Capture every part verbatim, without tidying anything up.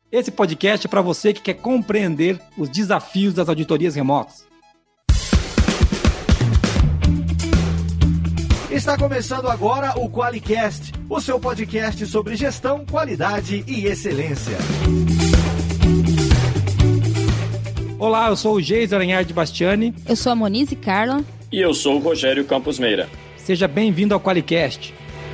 Esse podcast é para você que quer compreender os desafios das auditorias remotas. Está começando agora o QualiCast, o seu podcast sobre gestão, qualidade e excelência. Olá, eu sou o Geis Aranhard Bastiani. Eu sou a Monize Carla. E eu sou o Rogério Campos Meira. Seja bem-vindo ao QualiCast.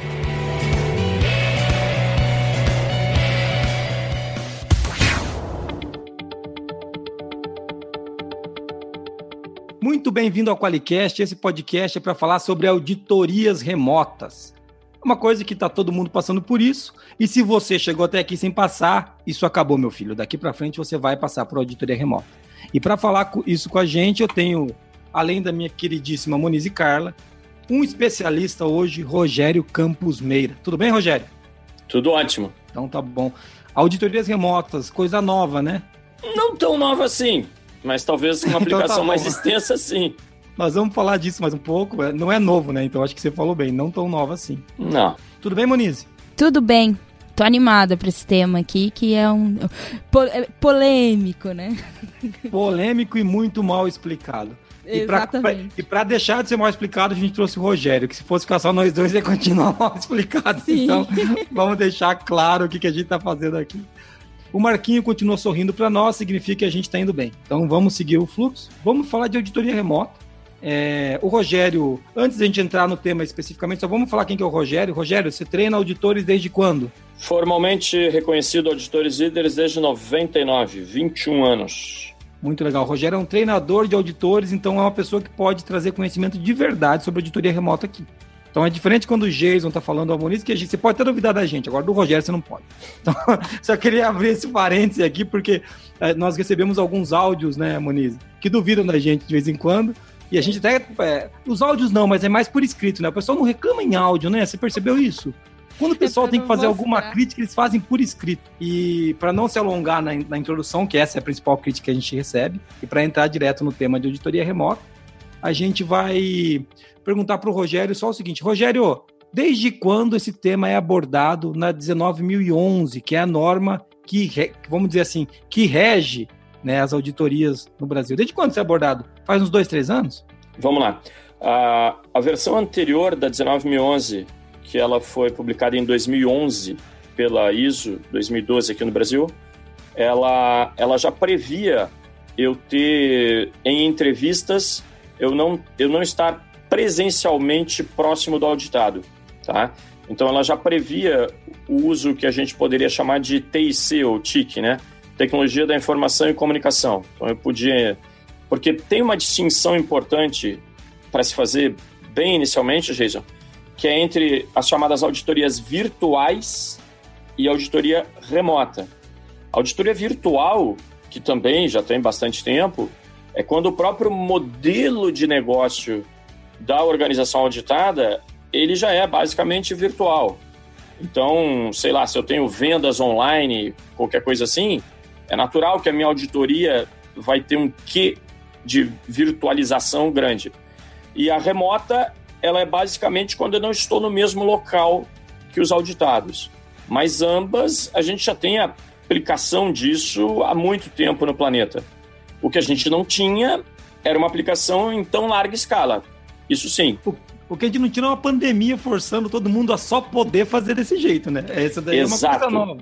Muito bem-vindo ao QualiCast. Esse podcast é para falar sobre auditorias remotas. É uma coisa que está todo mundo passando por isso. E se você chegou até aqui sem passar, isso acabou, meu filho. Daqui para frente você vai passar por auditoria remota. E para falar isso com a gente, eu tenho, além da minha queridíssima Monize Carla, um especialista hoje, Rogério Campos Meira. Tudo bem, Rogério? Tudo ótimo. Então tá bom. Auditorias remotas, coisa nova, né? Não tão nova assim. Mas talvez uma aplicação então tá mais extensa, sim. Nós vamos falar disso mais um pouco. Não é novo, né? Então acho que você falou bem. Não tão nova assim. Não. Tudo bem, Monize? Tudo bem. Tô animada para esse tema aqui, que é um po- é polêmico, né? Polêmico e muito mal explicado. Exatamente. E para deixar de ser mal explicado, a gente trouxe o Rogério, que se fosse ficar só nós dois, ia continuar mal explicado. Sim. Então, vamos deixar claro o que, que a gente está fazendo aqui. O Marquinho continua sorrindo para nós, significa que a gente está indo bem. Então vamos seguir o fluxo. Vamos falar de auditoria remota. É, o Rogério, antes de a gente entrar no tema especificamente, só vamos falar quem que é o Rogério. Rogério, você treina auditores desde quando? Formalmente reconhecido auditores líderes desde noventa e nove, vinte e um anos. Muito legal. O Rogério é um treinador de auditores, então é uma pessoa que pode trazer conhecimento de verdade sobre auditoria remota aqui. Então é diferente quando o Jason está falando ao Moniz, que a gente, você pode até duvidar da gente, agora do Rogério você não pode. Então, só queria abrir esse parêntese aqui, porque é, nós recebemos alguns áudios, né, Moniz, que duvidam da gente de vez em quando, e a gente até... É, os áudios não, mas é mais por escrito, né? O pessoal não reclama em áudio, né? Você percebeu isso? Quando o pessoal tem que fazer mostrar. alguma crítica, eles fazem por escrito. E para não se alongar na, na introdução, que essa é a principal crítica que a gente recebe, e para entrar direto no tema de auditoria remota, a gente vai perguntar para o Rogério só o seguinte: Rogério, desde quando esse tema é abordado na dezenove mil e onze, que é a norma que, vamos dizer assim, que rege, né, as auditorias no Brasil? Desde quando isso é abordado? Faz uns dois, três anos? Vamos lá. A, a versão anterior da dezenove mil e onze, que ela foi publicada em dois mil e onze pela I S O dois mil e doze aqui no Brasil, ela, ela já previa eu ter, em entrevistas, eu não, eu não estar presencialmente próximo do auditado, tá? Então ela já previa o uso que a gente poderia chamar de T I C ou T I C, né? Tecnologia da Informação e Comunicação. Então eu podia... Porque tem uma distinção importante para se fazer bem inicialmente, Jason, que é entre as chamadas auditorias virtuais e auditoria remota. A auditoria virtual, que também já tem bastante tempo, é quando o próprio modelo de negócio da organização auditada, ele já é basicamente virtual. Então, sei lá, se eu tenho vendas online, qualquer coisa assim, é natural que a minha auditoria vai ter um quê de virtualização grande. E a remota, ela é basicamente quando eu não estou no mesmo local que os auditados. Mas ambas, a gente já tem a aplicação disso há muito tempo no planeta. O que a gente não tinha era uma aplicação em tão larga escala. Isso sim. O, o que a gente não tinha é uma pandemia forçando todo mundo a só poder fazer desse jeito, né? Essa daí Exato. É uma coisa nova.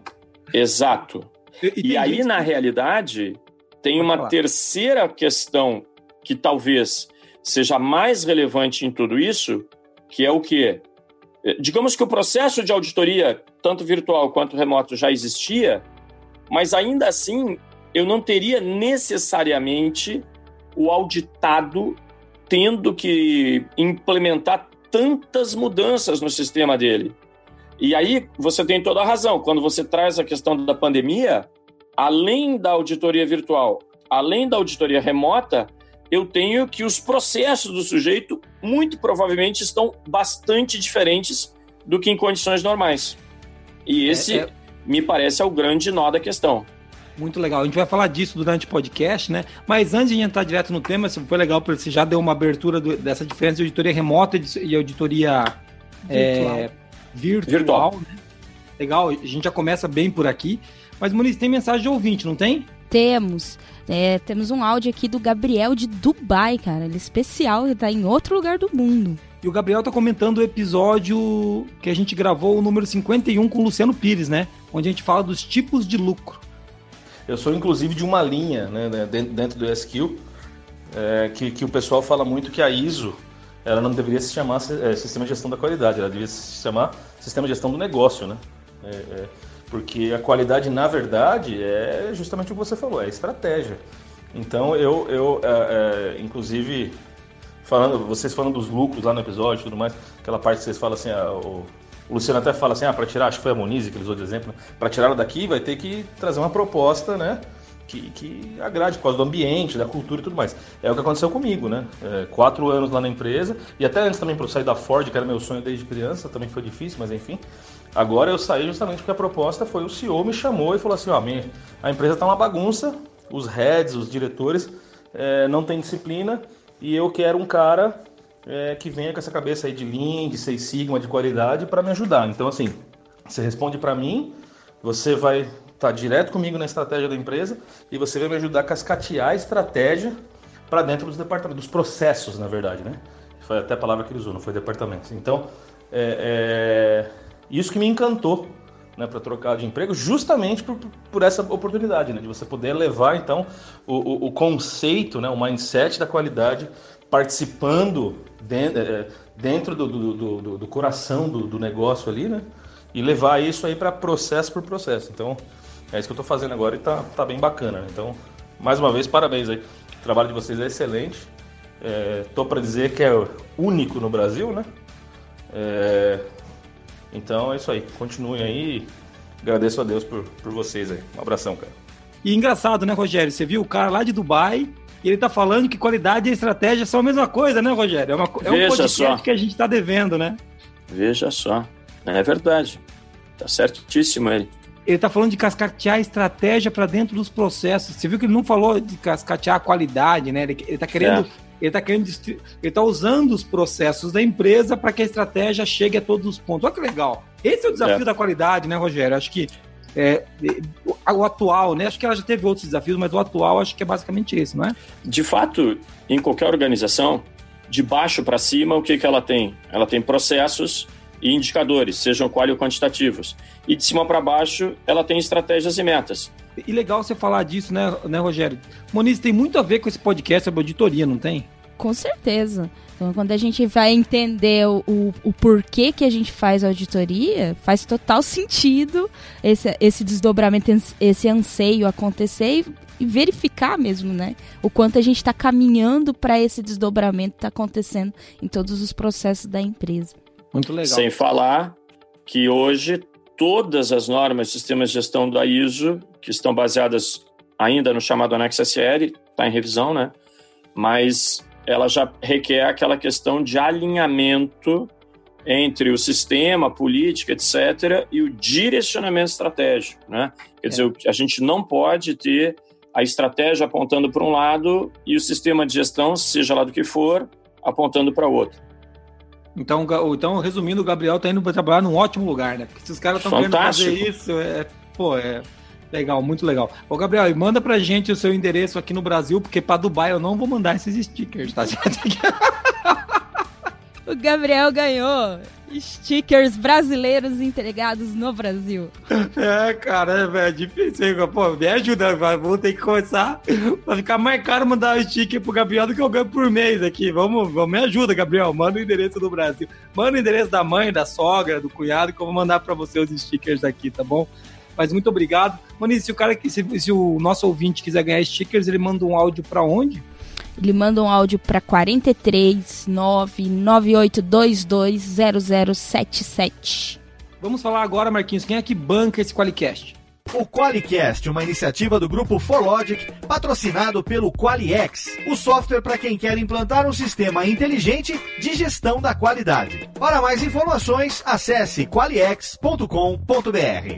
Exato. E, e, e aí, na que... realidade, tem Pode uma falar. terceira questão que talvez seja mais relevante em tudo isso, que é o quê? Digamos que o processo de auditoria, tanto virtual quanto remoto, já existia, mas ainda assim eu não teria necessariamente o auditado tendo que implementar tantas mudanças no sistema dele. E aí você tem toda a razão. Quando você traz a questão da pandemia, além da auditoria virtual, além da auditoria remota, eu tenho que os processos do sujeito muito provavelmente estão bastante diferentes do que em condições normais. E esse, é, é... me parece, é o grande nó da questão. Muito legal. A gente vai falar disso durante o podcast, né? Mas antes de entrar direto no tema, foi legal porque você já deu uma abertura do, dessa diferença de auditoria remota e auditoria virtual, é, virtual, virtual. Né? Legal, a gente já começa bem por aqui. Mas, Moniz, tem mensagem de ouvinte, não tem? Temos. É, temos um áudio aqui do Gabriel de Dubai, cara. Ele é especial, ele tá em outro lugar do mundo. E o Gabriel tá comentando o episódio que a gente gravou, o número cinquenta e um, com o Luciano Pires, né? Onde a gente fala dos tipos de lucro. Eu sou, inclusive, de uma linha, né, dentro do S Q, é, que, que o pessoal fala muito que a I S O, ela não deveria se chamar é, Sistema de Gestão da Qualidade, ela deveria se chamar Sistema de Gestão do Negócio, né? É, é, porque a qualidade, na verdade, é justamente o que você falou, é estratégia. Então, eu, eu é, é, inclusive... Falando, vocês falando dos lucros lá no episódio e tudo mais, aquela parte que vocês falam assim, ah, o, o Luciano até fala assim, ah, para tirar, acho que foi a Moniz que ele usou de exemplo, né? Para tirá-la daqui vai ter que trazer uma proposta, né, que, que agrade por causa do ambiente, da cultura e tudo mais. É o que aconteceu comigo, né, é, quatro anos lá na empresa, e até antes também para eu sair da Ford, que era meu sonho desde criança, também foi difícil, mas enfim. Agora eu saí justamente porque a proposta foi, o C E O me chamou e falou assim, ó, minha, a empresa tá uma bagunça, os heads, os diretores é, não tem disciplina, e eu quero um cara é, que venha com essa cabeça aí de Lean, de Six Sigma, de qualidade, para me ajudar. Então, assim, você responde para mim, você vai estar tá direto comigo na estratégia da empresa e você vai me ajudar a cascatear a estratégia para dentro dos departamentos, dos processos, na verdade, né? Foi até a palavra que ele usou, não foi departamentos. Então, é, é isso que me encantou, né, para trocar de emprego, justamente por, por essa oportunidade, né, de você poder levar, então, o, o, o conceito, né, o mindset da qualidade, participando dentro, dentro do, do, do, do coração do, do negócio ali, né, e levar isso aí para processo por processo. Então, é isso que eu estou fazendo agora e tá, tá bem bacana, né? Então, mais uma vez, parabéns aí. O trabalho de vocês é excelente. Estou é, para dizer que é único no Brasil, né? É, Então é isso aí, continuem aí, agradeço a Deus por, por vocês aí, um abração, cara. E engraçado, né, Rogério, você viu o cara lá de Dubai e ele tá falando que qualidade e estratégia são a mesma coisa, né, Rogério? É, uma, é um podcast só. Que a gente tá devendo, né? Veja só, é verdade, tá certíssimo ele. Ele tá falando de cascatear a estratégia para dentro dos processos, você viu que ele não falou de cascatear a qualidade, né, ele, ele tá querendo... É. Ele está querendo, ele está usando os processos da empresa para que a estratégia chegue a todos os pontos. Olha que legal. Esse é o desafio é. da qualidade, né, Rogério? Acho que é, o atual, né? Acho que ela já teve outros desafios, mas o atual acho que é basicamente esse, não é? De fato, em qualquer organização, de baixo para cima, o que, que ela tem? Ela tem processos e indicadores, sejam quali ou quantitativos. E de cima para baixo, ela tem estratégias e metas. E legal você falar disso, né, né, Rogério? Moniz, tem muito a ver com esse podcast sobre auditoria, não tem? Com certeza. Então, quando a gente vai entender o, o, o porquê que a gente faz auditoria, faz total sentido esse, esse desdobramento, esse anseio acontecer e, e verificar mesmo, né? O quanto a gente está caminhando para esse desdobramento estar tá acontecendo em todos os processos da empresa. Muito legal. Sem falar que hoje todas as normas de sistemas de gestão da I S O, que estão baseadas ainda no chamado anexo S L, está em revisão, né? Mas ela já requer aquela questão de alinhamento entre o sistema, a política, etcétera, e o direcionamento estratégico, né? Quer é. dizer, a gente não pode ter a estratégia apontando para um lado e o sistema de gestão, seja lá do que for, apontando para outro. Então, então, resumindo, o Gabriel está indo para trabalhar num ótimo lugar, né? Porque se os caras estão querendo fazer isso, é, pô, é legal, muito legal. Ô, Gabriel, e manda pra gente o seu endereço aqui no Brasil, porque para Dubai eu não vou mandar esses stickers, tá? O Gabriel ganhou stickers brasileiros entregados no Brasil. É, cara, é, é difícil. Pô, me ajuda, vou ter que começar a ficar mais caro mandar o sticker pro Gabriel do que eu ganho por mês aqui. Vamos, vamos, me ajuda, Gabriel. Manda o endereço do Brasil. Manda o endereço da mãe, da sogra, do cunhado, que eu vou mandar pra você os stickers aqui, tá bom? Mas muito obrigado. Moniz, se o cara, se, se o nosso ouvinte quiser ganhar stickers, ele manda um áudio pra onde? Ele manda um áudio para quatro três nove nove oito dois dois zero zero sete sete. Vamos falar agora, Marquinhos, quem é que banca esse QualiCast? O QualiCast, uma iniciativa do grupo ForLogic, patrocinado pelo QualiX, o software para quem quer implantar um sistema inteligente de gestão da qualidade. Para mais informações, acesse qualix ponto com ponto b r.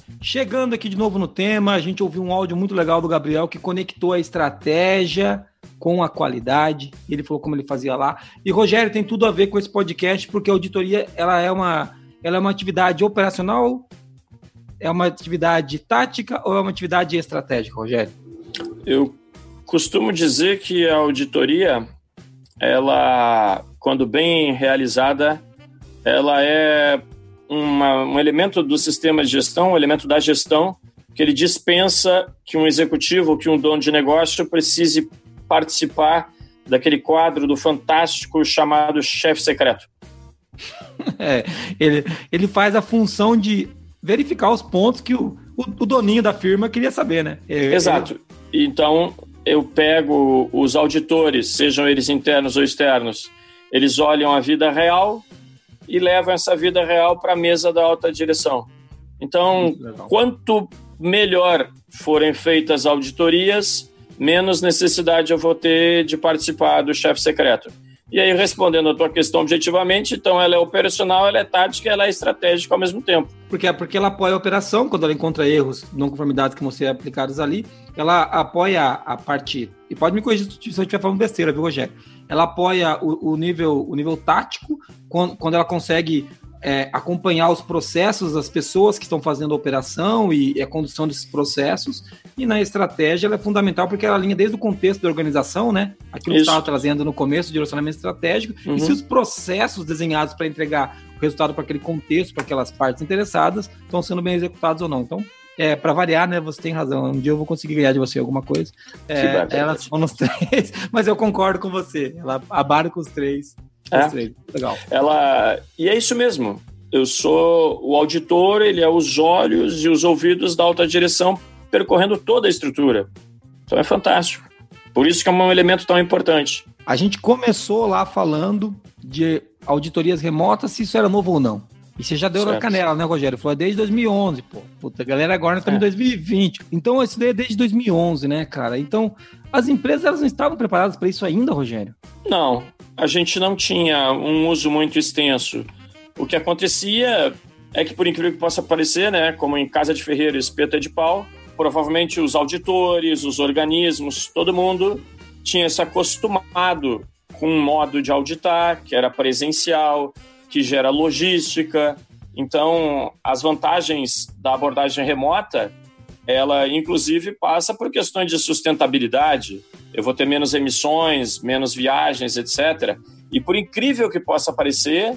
Chegando aqui de novo no tema, a gente ouviu um áudio muito legal do Gabriel que conectou a estratégia com a qualidade. Ele falou como ele fazia lá. E, Rogério, tem tudo a ver com esse podcast, porque a auditoria ela é, uma, ela é uma atividade operacional, é uma atividade tática ou é uma atividade estratégica, Rogério? Eu costumo dizer que a auditoria, ela, quando bem realizada, ela é uma, um elemento do sistema de gestão, um elemento da gestão, que ele dispensa que um executivo, que um dono de negócio precise participar daquele quadro do fantástico chamado chefe secreto. É, ele, ele faz a função de verificar os pontos que o, o, o doninho da firma queria saber, né? Ele, Exato. Ele... Então, eu pego os auditores, sejam eles internos ou externos, eles olham a vida real e levam essa vida real para a mesa da alta direção. Então, quanto melhor forem feitas auditorias, menos necessidade eu vou ter de participar do chefe secreto. E aí, respondendo a tua questão objetivamente, então ela é operacional, ela é tática, ela é estratégica ao mesmo tempo. Porque, porque ela apoia a operação, quando ela encontra erros, não conformidades que vão ser aplicados ali, ela apoia a parte, e pode me corrigir se eu estiver falando besteira, viu, Rogério? Ela apoia o, o, nível, o nível tático, quando, quando ela consegue é, acompanhar os processos das pessoas que estão fazendo a operação e, e a condução desses processos, e na estratégia ela é fundamental porque ela alinha desde o contexto da organização, né? Aquilo que estava trazendo no começo, direcionamento estratégico, uhum. E se os processos desenhados para entregar o resultado para aquele contexto, para aquelas partes interessadas, estão sendo bem executados ou não. Então, é, para variar, né? Você tem razão. Um dia eu vou conseguir ganhar de você alguma coisa. É, elas são nos três, mas eu concordo com você. Ela abarca os três. É. Os três. Legal. Ela... E é isso mesmo. Eu sou o auditor, ele é os olhos e os ouvidos da alta direção percorrendo toda a estrutura. Então é fantástico. Por isso que é um elemento tão importante. A gente começou lá falando de auditorias remotas, se isso era novo ou não. E você já deu certo. Na canela, né, Rogério? Falou desde dois mil e onze, pô. Puta, galera, agora nós estamos é. em dois mil e vinte. Então, isso daí é desde dois mil e onze, né, cara? Então, as empresas, elas não estavam preparadas para isso ainda, Rogério? Não. A gente não tinha um uso muito extenso. O que acontecia é que, por incrível que possa parecer, né, como em casa de ferreiro, espeto é de pau, provavelmente os auditores, os organismos, todo mundo tinha se acostumado com um modo de auditar, que era presencial, que gera logística. Então, as vantagens da abordagem remota, ela, inclusive, passa por questões de sustentabilidade. Eu vou ter menos emissões, menos viagens, etcétera. E, por incrível que possa parecer,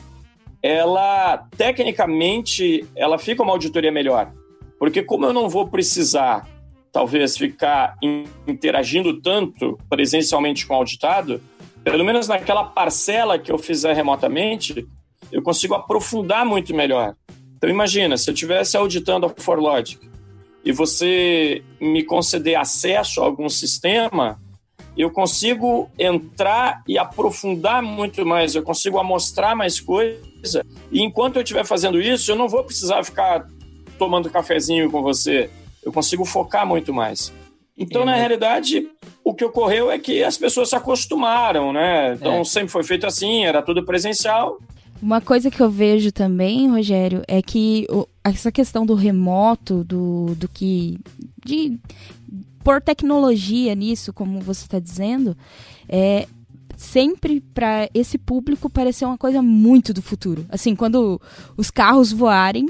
ela, tecnicamente, ela fica uma auditoria melhor. Porque como eu não vou precisar, talvez, ficar interagindo tanto presencialmente com o auditado, pelo menos naquela parcela que eu fizer remotamente, eu consigo aprofundar muito melhor. Então, imagina, se eu estivesse auditando a ForLogic e você me conceder acesso a algum sistema, eu consigo entrar e aprofundar muito mais, eu consigo amostrar mais coisa, e enquanto eu estiver fazendo isso, eu não vou precisar ficar tomando cafezinho com você, eu consigo focar muito mais. Então, é, na realidade, o que ocorreu é que as pessoas se acostumaram, né? Então, é. sempre foi feito assim, era tudo presencial. Uma coisa que eu vejo também, Rogério, é que o, essa questão do remoto, do, do que... de pôr tecnologia nisso, como você está dizendo, é sempre para esse público parecer uma coisa muito do futuro. Assim, quando os carros voarem,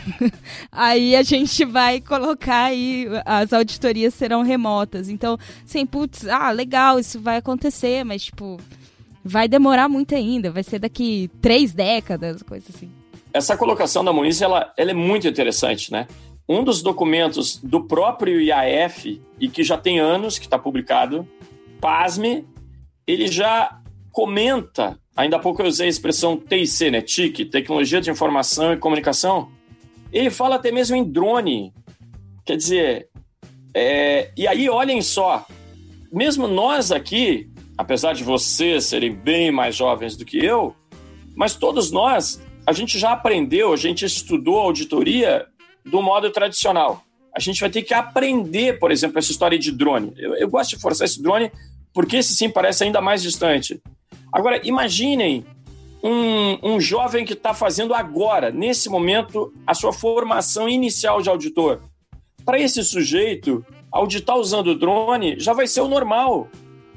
aí a gente vai colocar aí, as auditorias serão remotas. Então, assim, putz, ah, legal, isso vai acontecer, mas, tipo, vai demorar muito ainda, vai ser daqui três décadas, coisa assim. Essa colocação da Muniz, ela, ela é muito interessante, né? Um dos documentos do próprio I A F, e que já tem anos que está publicado, pasme, ele já comenta, ainda há pouco eu usei a expressão T I C, né? T I C, Tecnologia de Informação e Comunicação. Ele fala até mesmo em drone. Quer dizer, é, e aí olhem só, mesmo nós aqui, apesar de vocês serem bem mais jovens do que eu, mas todos nós, a gente já aprendeu, a gente estudou auditoria do modo tradicional. A gente vai ter que aprender, por exemplo, essa história de drone. Eu, eu gosto de forçar esse drone porque esse sim parece ainda mais distante. Agora, imaginem um, um jovem que está fazendo agora, nesse momento, a sua formação inicial de auditor. Para esse sujeito, auditar usando o drone já vai ser o normal.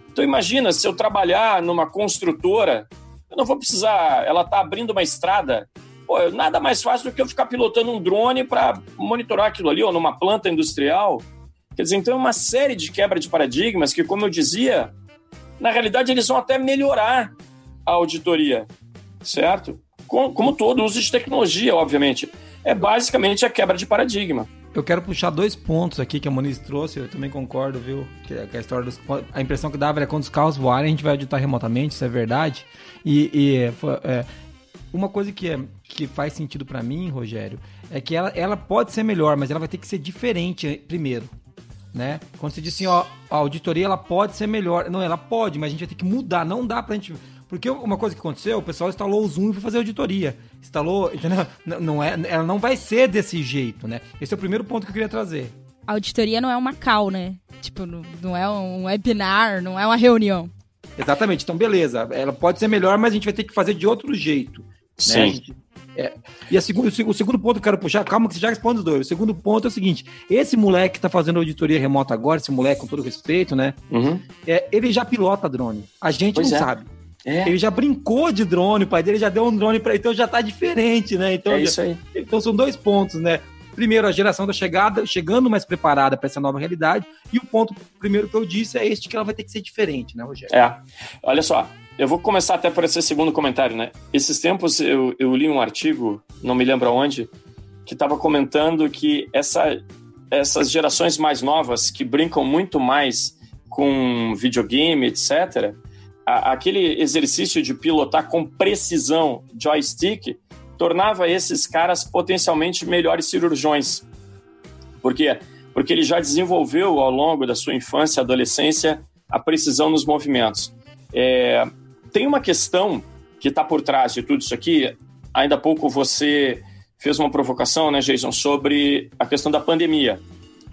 Então imagina, se eu trabalhar numa construtora, eu não vou precisar, ela está abrindo uma estrada, pô, nada mais fácil do que eu ficar pilotando um drone para monitorar aquilo ali, ou numa planta industrial. Quer dizer, então é uma série de quebra de paradigmas que, como eu dizia, na realidade eles vão até melhorar a auditoria, certo? Como, como todo uso de tecnologia, obviamente. É basicamente a quebra de paradigma. Eu quero puxar dois pontos aqui que a Moniz trouxe, eu também concordo, viu? Que a história dos, a impressão que dava era quando os carros voarem, a gente vai auditar remotamente, isso é verdade. E, e é, uma coisa que, é, que faz sentido para mim, Rogério, é que ela, ela pode ser melhor, mas ela vai ter que ser diferente primeiro, né? Quando você diz assim, ó, a auditoria ela pode ser melhor. Não, ela pode, mas a gente vai ter que mudar, não dá pra gente... Porque uma coisa que aconteceu, o pessoal instalou o Zoom para fazer auditoria. Instalou, entendeu? Não, não é, ela não vai ser desse jeito, né? Esse é o primeiro ponto que eu queria trazer. A auditoria não é uma call, né? Tipo, não, não é um webinar, não é uma reunião. Exatamente. Então, beleza. Ela pode ser melhor, mas a gente vai ter que fazer de outro jeito. Sim. Né? A gente, é, e a segundo, o segundo ponto que eu quero puxar, calma que você já responde os dois. O segundo ponto é o seguinte, esse moleque que tá fazendo auditoria remota agora, esse moleque com todo respeito, né? Uhum. É, ele já pilota drone. A gente pois não é. sabe. É. Ele já brincou de drone, o pai dele já deu um drone para ele, então já tá diferente, né? Então, é isso aí. Então são dois pontos, né? Primeiro, a geração da chegada, chegando mais preparada para essa nova realidade, e o ponto primeiro que eu disse é este, que ela vai ter que ser diferente, né, Rogério? É. Olha só, eu vou começar até por esse segundo comentário, né? Esses tempos eu, eu li um artigo, não me lembro aonde, que estava comentando que essa, essas gerações mais novas, que brincam muito mais com videogame, etcétera, aquele exercício de pilotar com precisão joystick tornava esses caras potencialmente melhores cirurgiões. Por quê? Porque ele já desenvolveu ao longo da sua infância e adolescência a precisão nos movimentos. É, tem uma questão que está por trás de tudo isso aqui. Ainda há pouco você fez uma provocação, né, Jason, sobre a questão da pandemia.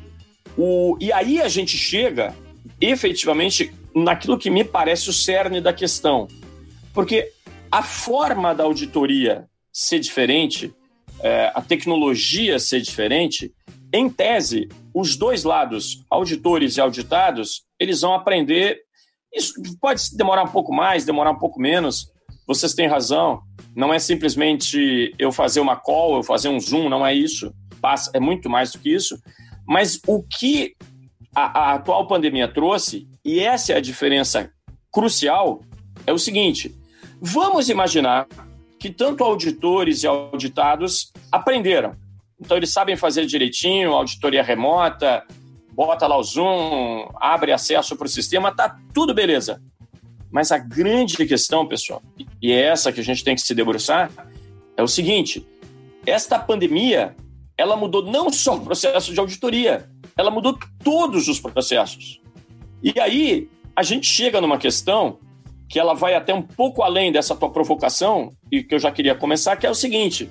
O, e aí a gente chega efetivamente naquilo que me parece o cerne da questão. Porque a forma da auditoria ser diferente, é, a tecnologia ser diferente, em tese, os dois lados, auditores e auditados, eles vão aprender. Isso pode demorar um pouco mais, demorar um pouco menos. Vocês têm razão. Não é simplesmente eu fazer uma call, eu fazer um Zoom, não é isso. Passa, é muito mais do que isso. Mas o que a, a atual pandemia trouxe, e essa é a diferença crucial, é o seguinte: vamos imaginar que tanto auditores e auditados aprenderam. Então, eles sabem fazer direitinho, auditoria remota, bota lá o Zoom, abre acesso para o sistema, tá tudo beleza. Mas a grande questão, pessoal, e é essa que a gente tem que se debruçar, é o seguinte: esta pandemia, ela mudou não só o processo de auditoria, ela mudou todos os processos. E aí, a gente chega numa questão que ela vai até um pouco além dessa tua provocação, e que eu já queria começar, que é o seguinte: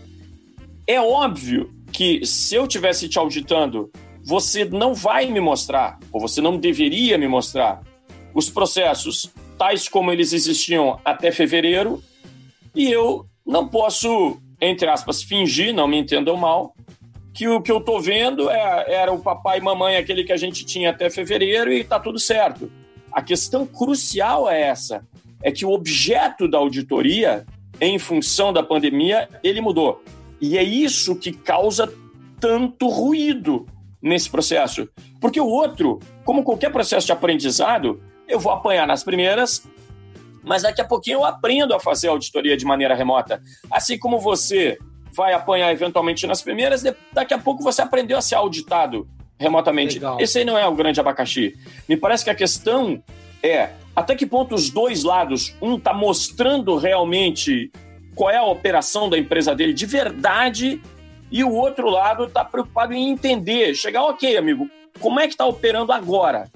é óbvio que se eu estivesse te auditando, você não vai me mostrar, ou você não deveria me mostrar, os processos tais como eles existiam até fevereiro, e eu não posso, entre aspas, fingir, não me entendam mal, que o que eu estou vendo é, era o papai e mamãe, aquele que a gente tinha até fevereiro, e está tudo certo. A questão crucial é essa, é que o objeto da auditoria, em função da pandemia, ele mudou. E é isso que causa tanto ruído nesse processo. Porque o outro, como qualquer processo de aprendizado, eu vou apanhar nas primeiras, mas daqui a pouquinho eu aprendo a fazer a auditoria de maneira remota. Assim como você vai apanhar eventualmente nas primeiras, daqui a pouco você aprendeu a ser auditado remotamente. Legal. Esse aí não é o grande abacaxi. Me parece que a questão é até que ponto os dois lados, um está mostrando realmente qual é a operação da empresa dele de verdade, e o outro lado está preocupado em entender, chegar, ok, amigo, como é que está operando agora?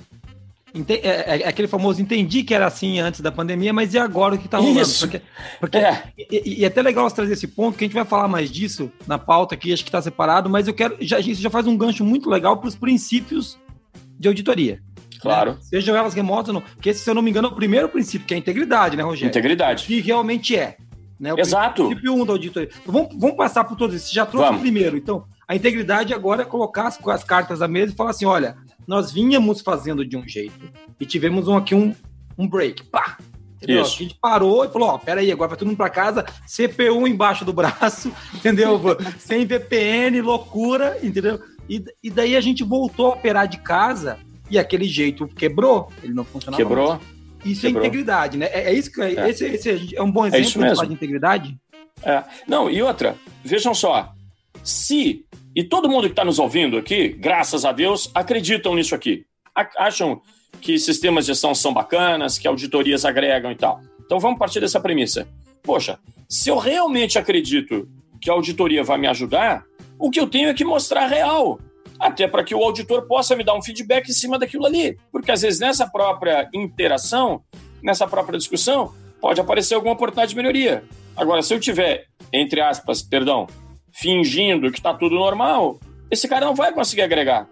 É, é, é aquele famoso, entendi que era assim antes da pandemia, mas e agora o que está rolando? Isso. Porque, porque É. e, e é até legal você trazer esse ponto, que a gente vai falar mais disso na pauta aqui, acho que está separado, mas eu quero, já, isso já faz um gancho muito legal para os princípios de auditoria. Claro. Né? Sejam elas remotas ou não. Porque esse, se eu não me engano, é o primeiro princípio, que é a integridade, né, Rogério? Integridade. Que realmente é. Né? O Exato. princípio um da auditoria. Então, vamos, vamos passar por todos esses. Você já trouxe Vamos. o primeiro. Então, a integridade agora é colocar as, as cartas à mesa e falar assim, olha, nós vínhamos fazendo de um jeito e tivemos um, aqui um, um break, pá! Entendeu? Isso. A gente parou e falou, ó, peraí, agora vai todo mundo pra casa, C P U embaixo do braço, entendeu? Sem V P N, loucura, entendeu? E, e daí a gente voltou a operar de casa e aquele jeito quebrou, ele não funcionava Quebrou. mais. Isso Quebrou. é integridade, né? É, é isso que é. Esse, esse é um bom É exemplo isso mesmo. de integridade. É. Não, e outra, vejam só, se, e todo mundo que está nos ouvindo aqui, graças a Deus, acreditam nisso aqui, a- acham que sistemas de gestão são bacanas, que auditorias agregam e tal. Então vamos partir dessa premissa. Poxa, se eu realmente acredito que a auditoria vai me ajudar, o que eu tenho é que mostrar real, até para que o auditor possa me dar um feedback em cima daquilo ali. Porque às vezes nessa própria interação, nessa própria discussão, pode aparecer alguma oportunidade de melhoria. Agora, se eu tiver, entre aspas, perdão, fingindo que está tudo normal, esse cara não vai conseguir agregar.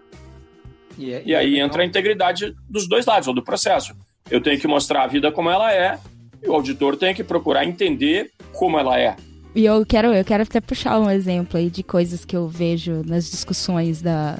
E, é, E aí é entra a integridade dos dois lados, ou do processo. Eu tenho que mostrar a vida como ela é, e o auditor tem que procurar entender como ela é. E eu quero, eu quero até puxar um exemplo aí de coisas que eu vejo nas discussões da,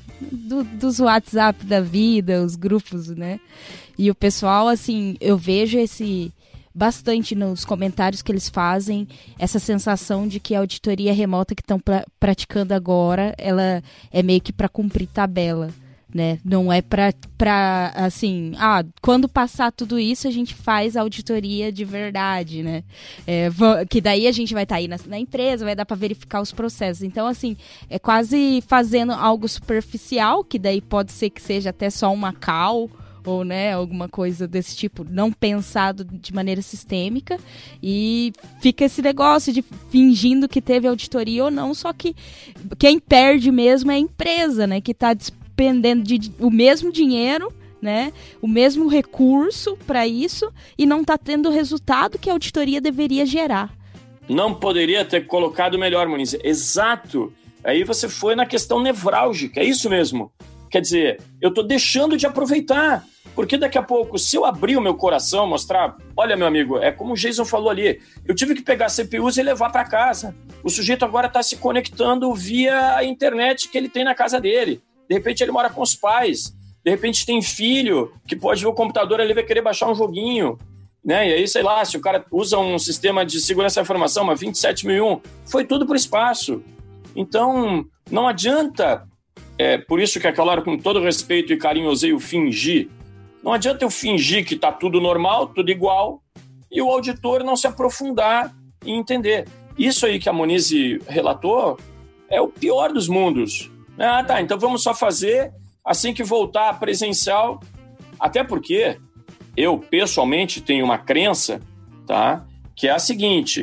do, dos WhatsApp da vida, os grupos, né? E o pessoal, assim, eu vejo esse bastante nos comentários que eles fazem, essa sensação de que a auditoria remota que estão pra, praticando agora, ela é meio que para cumprir tabela. Né? Não é pra, pra, assim, ah, quando passar tudo isso a gente faz auditoria de verdade, né? É, que daí a gente vai estar tá aí na, na empresa, vai dar pra verificar os processos. Então, assim, é quase fazendo algo superficial, que daí pode ser que seja até só uma call, ou, né, alguma coisa desse tipo, não pensado de maneira sistêmica, e fica esse negócio de fingindo que teve auditoria ou não, só que quem perde mesmo é a empresa, né, que tá disponível dependendo de o mesmo dinheiro, né, o mesmo recurso para isso e não está tendo o resultado que a auditoria deveria gerar. Não poderia ter colocado melhor, Moniz. Exato. Aí você foi na questão nevrálgica, é isso mesmo. Quer dizer, eu estou deixando de aproveitar, porque daqui a pouco, se eu abrir o meu coração, mostrar, olha, meu amigo, é como o Jason falou ali, eu tive que pegar C P Us e levar para casa. O sujeito agora está se conectando via a internet que ele tem na casa dele. De repente ele mora com os pais, de repente tem filho que pode ver o computador, ele vai querer baixar um joguinho, né? E aí, sei lá, se o cara usa um sistema de segurança da informação, uma vinte e sete mil e um, foi tudo por espaço. Então, não adianta, é, por isso que aquela hora, com todo respeito e carinho, eu usei o fingir, não adianta eu fingir que está tudo normal, tudo igual, e o auditor não se aprofundar e entender. Isso aí que a Moniz relatou é o pior dos mundos. Ah, tá, então vamos só fazer assim que voltar presencial. Até porque eu, pessoalmente, tenho uma crença, tá, que é a seguinte,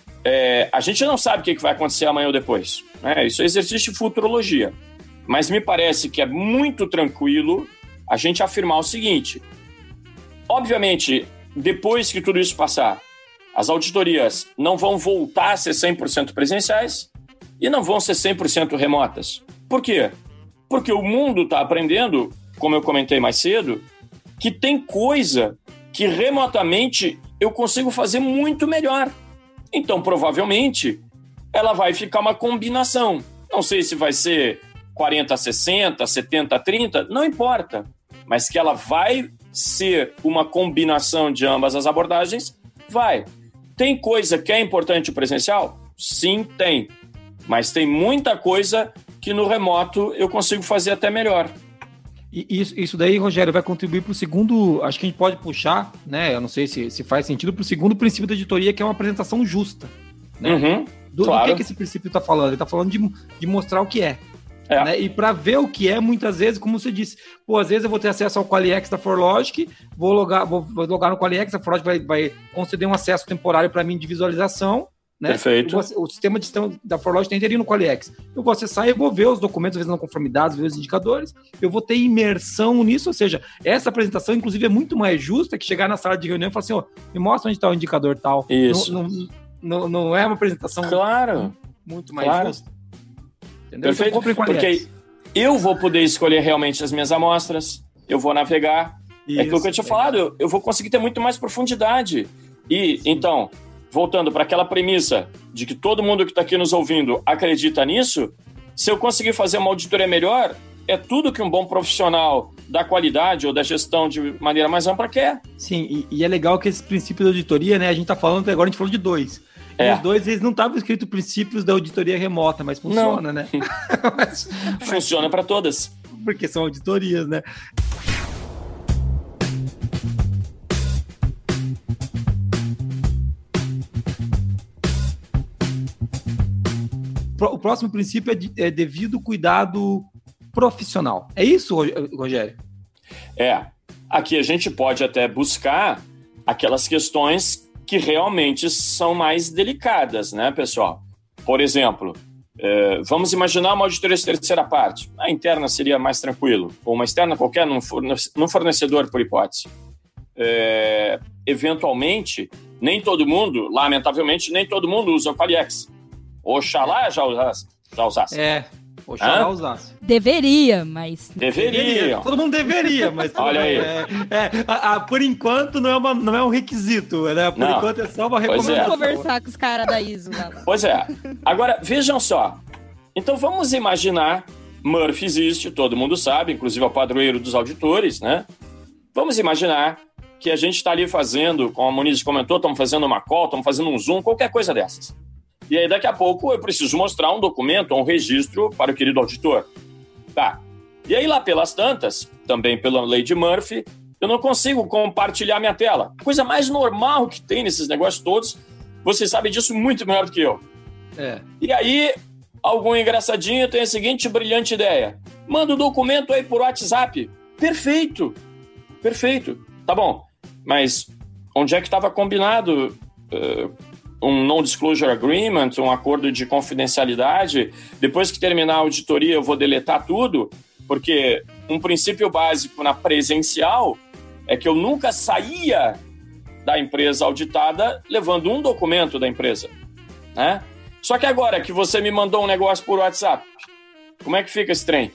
é, a gente não sabe o que vai acontecer amanhã ou depois, né? Isso é exercício de futurologia. Mas me parece que é muito tranquilo a gente afirmar o seguinte, obviamente, depois que tudo isso passar, as auditorias não vão voltar a ser cem por cento presenciais e não vão ser cem por cento remotas. Por quê? Porque o mundo está aprendendo, como eu comentei mais cedo, que tem coisa que remotamente eu consigo fazer muito melhor. Então, provavelmente, ela vai ficar uma combinação. Não sei se vai ser quarenta a sessenta, setenta a trinta, não importa. Mas que ela vai ser uma combinação de ambas as abordagens, vai. Tem coisa que é importante presencial? Sim, tem. Mas tem muita coisa que no remoto eu consigo fazer até melhor. E isso, isso daí, Rogério, vai contribuir para o segundo, acho que a gente pode puxar, né? Eu não sei se, se faz sentido, para o segundo princípio da auditoria, que é uma apresentação justa. Né? Uhum, do, claro. do que, que esse princípio está falando? Ele está falando de, de mostrar o que é. É. Né? E para ver o que é, muitas vezes, como você disse, pô, às vezes eu vou ter acesso ao QualiX da ForLogic, vou logar, vou, vou logar no QualiX, a ForLogic vai, vai conceder um acesso temporário para mim de visualização. Né? Perfeito. Vou, o sistema de gestão da ForLogic tem inteirinho no QualiX. Eu vou acessar e vou ver os documentos, às vezes não conformidades, ver os indicadores. Eu vou ter imersão nisso, ou seja, essa apresentação, inclusive, é muito mais justa que chegar na sala de reunião e falar assim, ó, me mostra onde está o indicador tal. Isso. Não, não, não, não é uma apresentação claro. muito mais claro. justa. Entendeu? Perfeito. Então, porque eu vou poder escolher realmente as minhas amostras, eu vou navegar. Isso, é aquilo que eu tinha é. falado, eu, eu vou conseguir ter muito mais profundidade. E, Sim. então... voltando para aquela premissa de que todo mundo que está aqui nos ouvindo acredita nisso, se eu conseguir fazer uma auditoria melhor, é tudo que um bom profissional da qualidade ou da gestão de maneira mais ampla quer. Sim, e, e é legal que esses princípios da auditoria, né? A gente tá falando até agora, a gente falou de dois. É. Os dois, eles não estavam escritos princípios da auditoria remota, mas funciona, não. né? mas, funciona para todas. Porque são auditorias, né? O próximo princípio é, de, é devido cuidado profissional. É isso, Rogério? É. Aqui a gente pode até buscar aquelas questões que realmente são mais delicadas, né, pessoal? Por exemplo, é, vamos imaginar uma auditoria de terceira parte. A interna seria mais tranquilo, ou uma externa qualquer, num fornecedor, por hipótese. É, eventualmente, nem todo mundo, lamentavelmente, nem todo mundo usa o Qualiex. Oxalá já usasse. Já usasse. É, oxalá Hã? usasse. Deveria, mas... Deveria. Todo mundo deveria, mas... Olha aí. É, é, a, a, por enquanto, não é, uma, não é um requisito, né? Por não. enquanto, é só uma recomendação. Vamos conversar com os caras da I S O. Lá. Pois é. Agora, vejam só. Então, vamos imaginar... Murphy existe, todo mundo sabe, inclusive é o padroeiro dos auditores, né? Vamos imaginar que a gente está ali fazendo, como a Moniz comentou, estamos fazendo uma call, estamos fazendo um Zoom, qualquer coisa dessas. E aí, daqui a pouco, eu preciso mostrar um documento, um registro para o querido auditor. Tá. E aí, lá pelas tantas, também pela lei de Murphy, eu não consigo compartilhar minha tela. Coisa mais normal que tem nesses negócios todos, você sabe disso muito melhor do que eu. É. E aí, algum engraçadinho tem a seguinte brilhante ideia. Manda o documento aí por WhatsApp. Perfeito. Perfeito. Tá bom. Mas onde é que estava combinado... Uh, um non-disclosure agreement, um acordo de confidencialidade, depois que terminar a auditoria eu vou deletar tudo, porque um princípio básico na presencial é que eu nunca saía da empresa auditada levando um documento da empresa, né? Só que agora que você me mandou um negócio por WhatsApp, como é que fica esse trem?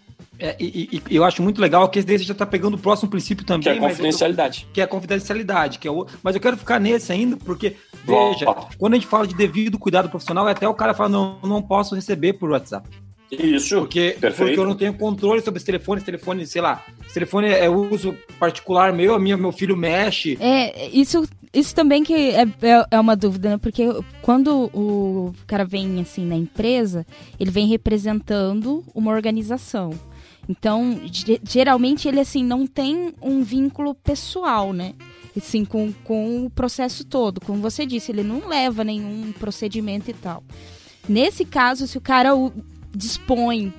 É, e, e eu acho muito legal que esse daí você já está pegando o próximo princípio também. Que é a confidencialidade. Mas eu, que é a confidencialidade. Que é o, mas eu quero ficar nesse ainda, porque, veja, oh. quando a gente fala de devido cuidado profissional, até o cara fala, não, não posso receber por WhatsApp. Isso, porque, perfeito. Porque eu não tenho controle sobre esse telefone, esse telefone, sei lá, esse telefone é uso particular meu, a minha, meu filho mexe. É, isso, isso também que é, é, é uma dúvida, né? Porque quando o cara vem, assim, na empresa, ele vem representando uma organização. Então, geralmente, ele, assim, não tem um vínculo pessoal, né? Assim, com, com o processo todo. Como você disse, ele não leva nenhum procedimento e tal. Nesse caso, se o cara dispõe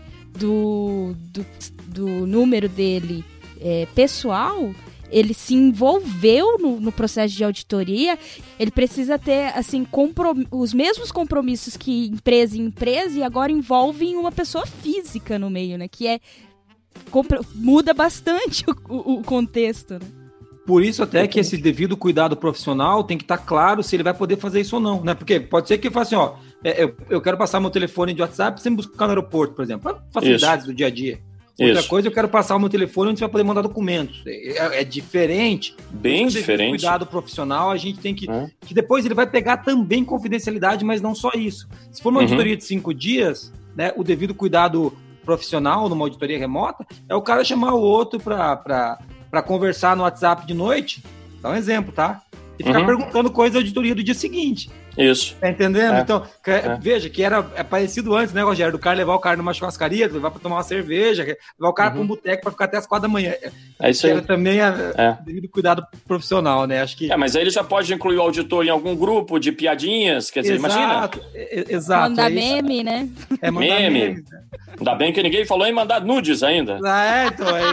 do, do, do número dele é, pessoal, ele se envolveu no, no processo de auditoria, ele precisa ter, assim, comprom- os mesmos compromissos que empresa em empresa, e agora envolvem uma pessoa física no meio, né? Que é... Compra, muda bastante o, o, o contexto, né? Por isso até que esse devido cuidado profissional tem que estar claro se ele vai poder fazer isso ou não, né? Porque pode ser que ele fale assim, ó, é, eu, eu quero passar meu telefone de WhatsApp sem buscar no aeroporto, por exemplo, facilidades isso. do dia a dia. Outra isso. coisa, eu quero passar o meu telefone onde você vai poder mandar documentos. É, é diferente. Bem diferente. Cuidado profissional, a gente tem que... Hum. Que depois ele vai pegar também confidencialidade, mas não só isso. Se for uma uhum. auditoria de cinco dias, né, o devido cuidado profissional numa auditoria remota, é o cara chamar o outro para conversar no WhatsApp de noite, dá um exemplo, tá? E ficar uhum. perguntando coisa da auditoria do dia seguinte. Isso. Tá entendendo? É. Então, é. veja, que era é parecido antes, né, Rogério? Do cara levar o cara numa churrascaria, levar pra tomar uma cerveja, levar o cara uhum. pra um boteco pra ficar até as quatro da manhã. É isso aí. Era também é. devido cuidado profissional, né? Acho que... É, mas aí ele já pode incluir o auditor em algum grupo de piadinhas, quer dizer, exato, imagina. Exato. Mandar meme, né? É, mandar meme. meme. Ainda bem que ninguém falou em mandar nudes ainda. Ah, é, então aí...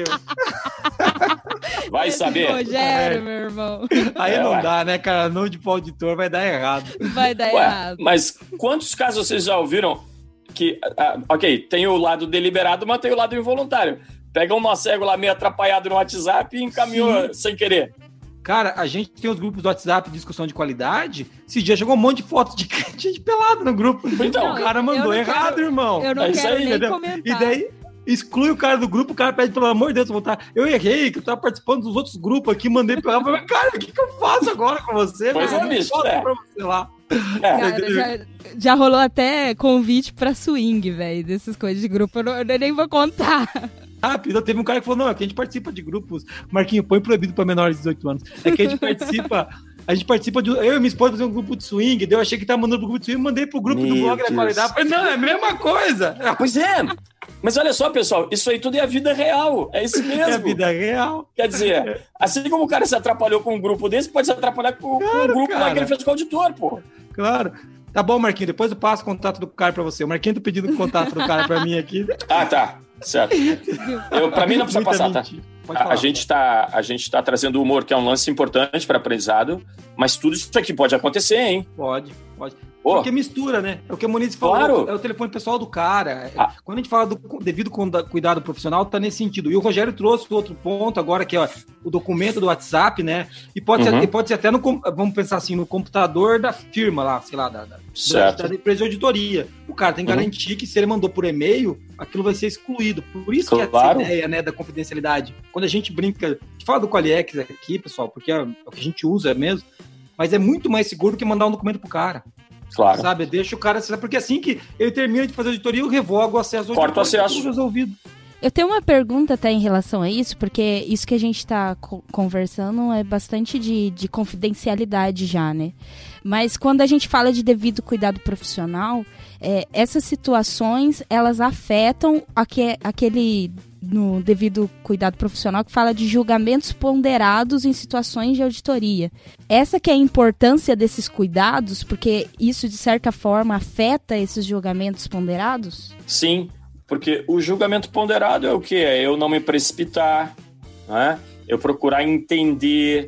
Vai Esse saber. Rogério, é. meu irmão. Aí é, não ué. dá, né, cara? Nude pro auditor vai dar errado. Vai dar ué, errado. Mas quantos casos vocês já ouviram que... Ah, ok, tem o lado deliberado, mas tem o lado involuntário. Pega um nó cego lá meio atrapalhado no WhatsApp e encaminhou Sim. sem querer. Cara, a gente tem os grupos do WhatsApp de discussão de qualidade. Esse dia chegou um monte de fotos de gente pelado no grupo. Então, o cara mandou errado, quero, irmão. Eu não é quero aí, nem entendeu? comentar. E daí... exclui o cara do grupo, o cara pede, pelo amor de Deus, voltar. Eu errei, que eu tava participando dos outros grupos aqui, mandei pra ela. Cara, o que, que eu faço agora com você? Pois é, bicho. É. Pra você lá. É. Cara, já, já rolou até convite pra swing, velho, dessas coisas de grupo. Eu, não, eu nem vou contar. WhatsApp. Teve um cara que falou, não, é que a gente participa de grupos. Marquinho, põe proibido para menores de dezoito anos. É que a gente participa... A gente participa de... Eu e minha esposa fazemos um grupo de swing, daí eu achei que tava mandando pro grupo de swing, mandei pro grupo Meu do blog Deus. da qualidade. Falei, não, é a mesma coisa. Pois é. Mas olha só, pessoal, isso aí tudo é a vida real. É isso mesmo. É a vida real. Quer dizer, assim como o cara se atrapalhou com um grupo desse, pode se atrapalhar com, claro, com um grupo lá que ele fez com o auditor, pô. Claro. Tá bom, Marquinho, depois eu passo o contato do cara pra você. O Marquinho tá pedindo o contato do cara pra mim aqui. Ah, tá. Certo. Eu, pra mim não precisa passar, tá? A, a, gente tá, a gente tá trazendo humor, que é um lance importante para aprendizado, mas tudo isso aqui pode acontecer, hein? Pode, pode. Oh. Porque mistura, né? É o que a Moniz falou, claro. É o telefone pessoal do cara. Ah. Quando a gente fala do devido cuidado profissional, tá nesse sentido. E o Rogério trouxe outro ponto agora, que é ó, o documento do WhatsApp, né? E pode, uhum. ser, pode ser até no, vamos pensar assim, no computador da firma lá, sei lá, da, da, da empresa de auditoria. O cara tem que uhum. garantir que se ele mandou por e-mail, aquilo vai ser excluído. Por isso claro. que é essa ideia, né, da confidencialidade. Quando a gente brinca, a gente fala do Qualiex aqui, pessoal, porque é o que a gente usa mesmo, mas é muito mais seguro que mandar um documento pro cara. Claro. Sabe, deixa o cara... Porque assim que ele termina de fazer a auditoria, eu revogo o acesso ao Corta o acesso. Resolvido. Eu tenho uma pergunta até em relação a isso, porque isso que a gente está co- conversando é bastante de, de confidencialidade já, né? Mas quando a gente fala de devido cuidado profissional, é, essas situações, elas afetam aque, aquele... no devido cuidado profissional, que fala de julgamentos ponderados em situações de auditoria. Essa que é a importância desses cuidados, porque isso, de certa forma, afeta esses julgamentos ponderados? Sim, porque o julgamento ponderado é o quê? É eu não me precipitar, né? Eu procurar entender,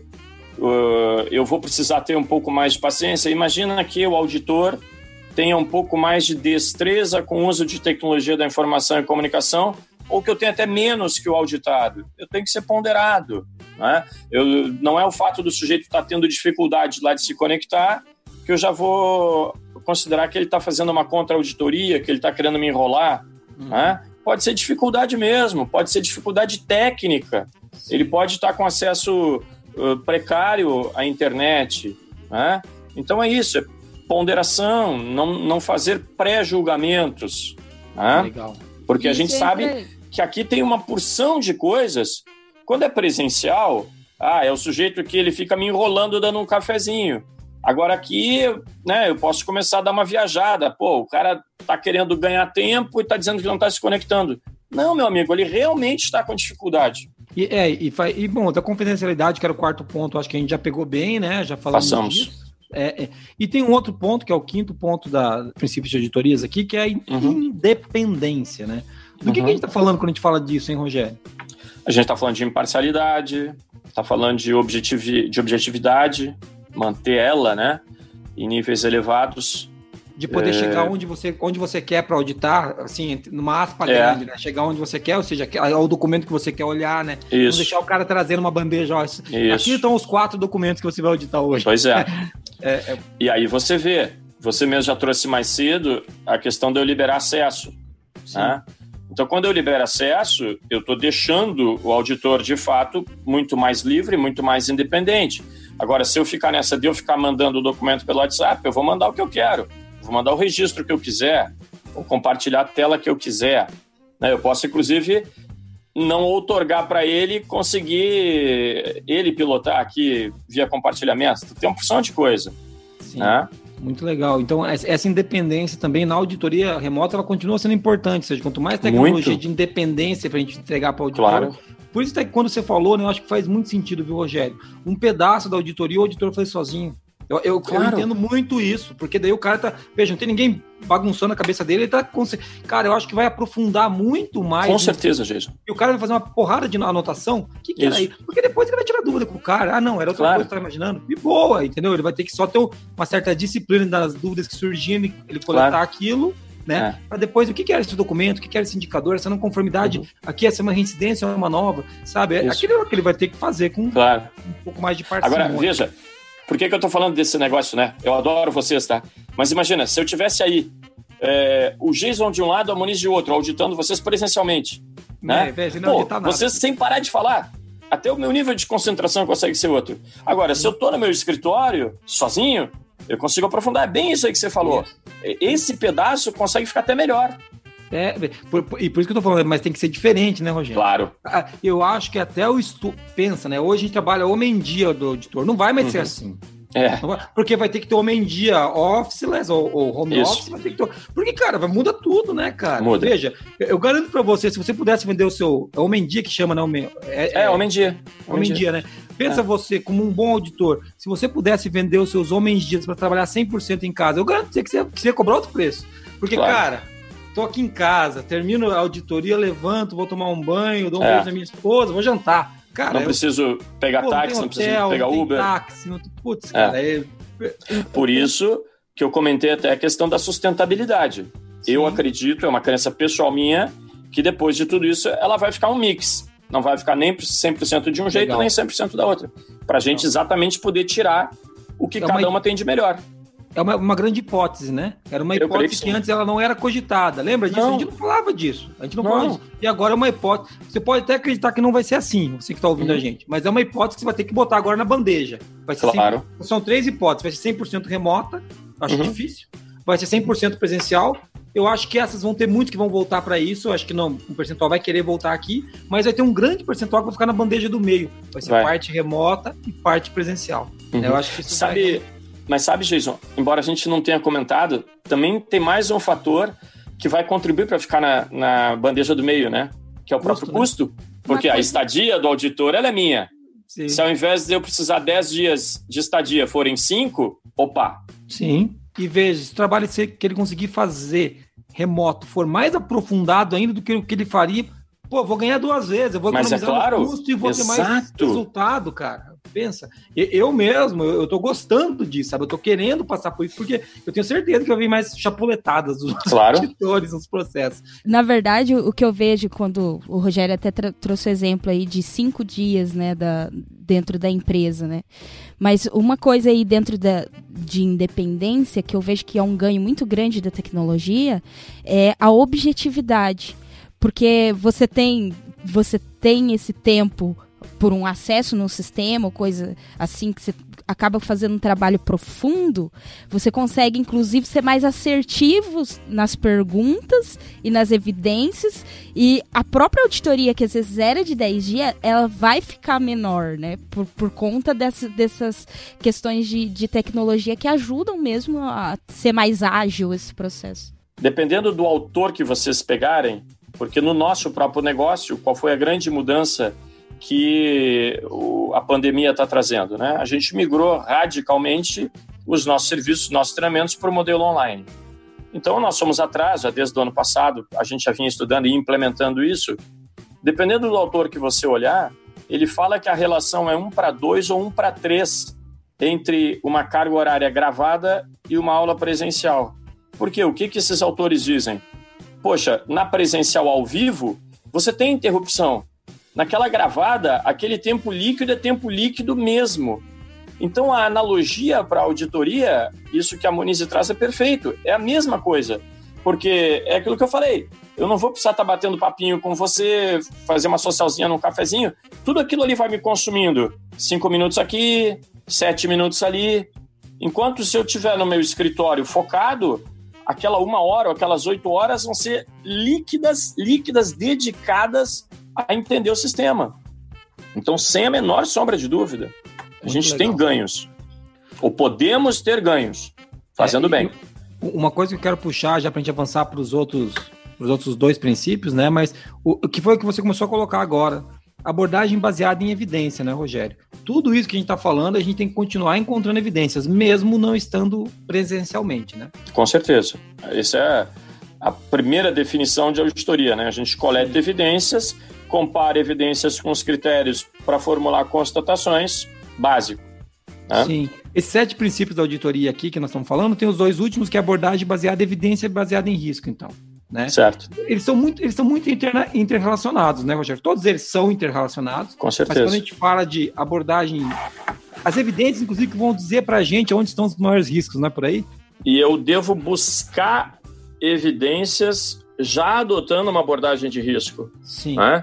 uh, eu vou precisar ter um pouco mais de paciência. Imagina que o auditor tenha um pouco mais de destreza com o uso de tecnologia da informação e comunicação, ou que eu tenho até menos que o auditado. Eu tenho que ser ponderado. Né? Eu, não é o fato do sujeito estar tendo dificuldade lá de se conectar que eu já vou considerar que ele está fazendo uma contra-auditoria, que ele está querendo me enrolar. Uhum. Né? Pode ser dificuldade mesmo, pode ser dificuldade técnica. Ele pode estar com acesso uh, precário à internet. Né? Então é isso, é ponderação, não, não fazer pré-julgamentos. Né? Legal. Porque a gente sempre... sabe que aqui tem uma porção de coisas. Quando é presencial, ah, é o sujeito que ele fica me enrolando dando um cafezinho. Agora aqui, né, eu posso começar a dar uma viajada. Pô, o cara tá querendo ganhar tempo e tá dizendo que não tá se conectando. Não, meu amigo, ele realmente está com dificuldade. E, é, e, e bom, da confidencialidade, que era o quarto ponto, acho que a gente já pegou bem, né? Já falamos Passamos. disso. É, é. E tem um outro ponto, que é o quinto ponto da princípio de auditorias aqui, que é a uhum. independência, né? Do uhum. que, que a gente está falando quando a gente fala disso, hein, Rogério? A gente está falando de imparcialidade, está falando de, objetivi- de objetividade, manter ela, né, em níveis elevados. De poder é... chegar onde você, onde você quer para auditar, assim, numa aspa é. grande, né? Chegar onde você quer, ou seja, o documento que você quer olhar, né? Isso. Não deixar o cara trazendo uma bandeja. Ó, isso. Aqui estão os quatro documentos que você vai auditar hoje. Pois é. é, é. E aí você vê, você mesmo já trouxe mais cedo a questão de eu liberar acesso. Né? Então, quando eu libero acesso, eu estou deixando o auditor, de fato, muito mais livre, muito mais independente. Agora, se eu ficar nessa de eu ficar mandando o documento pelo WhatsApp, eu vou mandar o que eu quero. Vou mandar o registro que eu quiser, ou compartilhar a tela que eu quiser. Eu posso, inclusive, não outorgar para ele conseguir ele pilotar aqui via compartilhamento. Tem uma porção de coisa. Sim, né? Muito legal. Então, essa independência também na auditoria remota, ela continua sendo importante. Ou seja, quanto mais tecnologia muito. de independência para a gente entregar para o auditor... Claro. Por isso que quando você falou, né, eu acho que faz muito sentido, viu, Rogério? Um pedaço da auditoria o auditor faz sozinho. Eu, eu, claro. eu entendo muito isso, porque daí o cara tá... Veja, não tem ninguém bagunçando a cabeça dele, ele tá... Cara, eu acho que vai aprofundar muito mais... Com certeza, Jason. E o cara vai fazer uma porrada de anotação. O que, que era aí? Porque depois ele vai tirar dúvida com o cara. Ah, não, era outra claro. coisa que eu tava imaginando. E boa, entendeu? Ele vai ter que só ter uma certa disciplina das dúvidas que surgiam, ele coletar claro. aquilo, né? É. Para depois, o que, que era esse documento, o que, que era esse indicador, essa não conformidade, uhum. aqui essa é uma reincidência, é uma nova, sabe? Isso. Aquilo é o que ele vai ter que fazer com claro. um pouco mais de parcimônia. Agora, veja... Por que, que eu tô falando desse negócio, né? Eu adoro vocês, tá? Mas imagina, se eu tivesse aí é, o Jason de um lado, a Moniz de outro, auditando vocês presencialmente, né? É, não Pô, nada. Vocês sem parar de falar, até o meu nível de concentração consegue ser outro. Agora, se eu tô no meu escritório, sozinho, eu consigo aprofundar bem isso aí que você falou. Isso. Esse pedaço consegue ficar até melhor. É, por, por, e por isso que eu tô falando, mas tem que ser diferente, né, Rogério? Claro. Eu acho que até o estu... pensa, né? Hoje a gente trabalha homem-dia do auditor. Não vai mais uhum. ser assim. É. Vai, porque vai ter que ter homem-dia officeless ou, ou home Isso. office. Vai ter que ter... Porque, cara, vai, muda tudo, né, cara? Muda. Veja, eu, eu garanto pra você, se você pudesse vender o seu... É homem-dia que chama, né? Homem... É, é homem-dia. Homem-dia, né? Pensa é. você, como um bom auditor, se você pudesse vender os seus homens-dias para trabalhar cem por cento em casa, eu garanto que você, que você ia cobrar outro preço. Porque, claro. cara... Tô aqui em casa, termino a auditoria, levanto, vou tomar um banho, dou um é. beijo na minha esposa, vou jantar. Cara, não eu, preciso pegar pô, táxi, não, hotel, não preciso pegar não Uber. Táxi, não tem, putz, é. cara, é... Por isso que eu comentei até a questão da sustentabilidade. Sim. Eu acredito, é uma crença pessoal minha, que depois de tudo isso, ela vai ficar um mix. Não vai ficar nem cem por cento de um jeito, Legal. nem cem por cento da outra. Pra gente Legal. exatamente poder tirar o que é cada uma... uma tem de melhor. É uma, uma grande hipótese, né? Era uma hipótese que, que antes ela não era cogitada. Lembra disso? Não. A gente não falava disso. A gente não, não. falava disso. E agora é uma hipótese. Você pode até acreditar que não vai ser assim, você que está ouvindo uhum. a gente. Mas é uma hipótese que você vai ter que botar agora na bandeja. Vai ser claro. cem por cento, são três hipóteses. Vai ser cem por cento remota. Acho uhum. difícil. Vai ser cem por cento presencial. Eu acho que essas vão ter muitos que vão voltar para isso. Eu acho que não, um percentual vai querer voltar aqui. Mas vai ter um grande percentual que vai ficar na bandeja do meio. Vai ser vai. parte remota e parte presencial. Uhum. Eu acho que isso Sabe... vai... Mas sabe, Jason, embora a gente não tenha comentado, também tem mais um fator que vai contribuir para ficar na, na bandeja do meio, né? Que é o custo, próprio né? custo. Porque a estadia do auditor, ela é minha. Sim. Se ao invés de eu precisar dez dias de estadia forem cinco, opa. Sim. E veja, se o trabalho que ele conseguir fazer remoto for mais aprofundado ainda do que o que ele faria, pô, vou ganhar duas vezes. Eu vou Mas economizar é claro, no custo e vou exato. ter mais resultado, cara. Pensa, eu mesmo, eu tô gostando disso, sabe? Eu tô querendo passar por isso, porque eu tenho certeza que vai vir mais chapuletadas dos claro. auditores nos processos. Na verdade, o que eu vejo quando o Rogério até tra- trouxe o exemplo aí de cinco dias, né, da, dentro da empresa, né? Mas uma coisa aí dentro da, de independência, que eu vejo que é um ganho muito grande da tecnologia, é a objetividade. Porque você tem, você tem esse tempo por um acesso no sistema, coisa assim, que você acaba fazendo um trabalho profundo, você consegue, inclusive, ser mais assertivo nas perguntas e nas evidências, e a própria auditoria, que às vezes era de dez dias, ela vai ficar menor, né? Por, por conta dessa, dessas questões de, de tecnologia que ajudam mesmo a ser mais ágil esse processo. Dependendo do autor que vocês pegarem, porque no nosso próprio negócio, qual foi a grande mudança que o, a pandemia está trazendo, né? A gente migrou radicalmente os nossos serviços, nossos treinamentos para o modelo online. Então, nós somos atrás, já desde o ano passado, a gente já vinha estudando e implementando isso. Dependendo do autor que você olhar, ele fala que a relação é um para dois ou um para três entre uma carga horária gravada e uma aula presencial. Por quê? O que, que esses autores dizem? Poxa, na presencial ao vivo, você tem interrupção. Naquela gravada, aquele tempo líquido é tempo líquido mesmo. Então, a analogia para a auditoria, isso que a Monize traz é perfeito. É a mesma coisa. Porque é aquilo que eu falei. Eu não vou precisar estar batendo papinho com você, fazer uma socialzinha num cafezinho. Tudo aquilo ali vai me consumindo. Cinco minutos aqui, sete minutos ali. Enquanto se eu estiver no meu escritório focado, aquela uma hora ou aquelas oito horas vão ser líquidas, líquidas, dedicadas a entender o sistema. Então, sem a menor sombra de dúvida, a Muito gente legal. tem ganhos. Ou podemos ter ganhos, fazendo é, bem. Uma coisa que eu quero puxar, já para a gente avançar para os outros, pros outros dois princípios, né? Mas o, o que foi o que você começou a colocar agora? Abordagem baseada em evidência, né, Rogério? Tudo isso que a gente está falando, a gente tem que continuar encontrando evidências, mesmo não estando presencialmente, né? Com certeza. Essa é a primeira definição de auditoria, né? A gente coleta Sim. evidências, compara evidências com os critérios para formular constatações, básico. Né? Sim. Esses sete princípios da auditoria aqui que nós estamos falando, tem os dois últimos, que é abordagem baseada em evidência e baseada em risco, então. Né? Certo. Eles são muito, eles são muito interna, interrelacionados, né, Rogério? Todos eles são interrelacionados. Com certeza. Mas quando a gente fala de abordagem, as evidências, inclusive, que vão dizer para a gente onde estão os maiores riscos, não é por aí? E eu devo buscar evidências já adotando uma abordagem de risco. Sim. Né?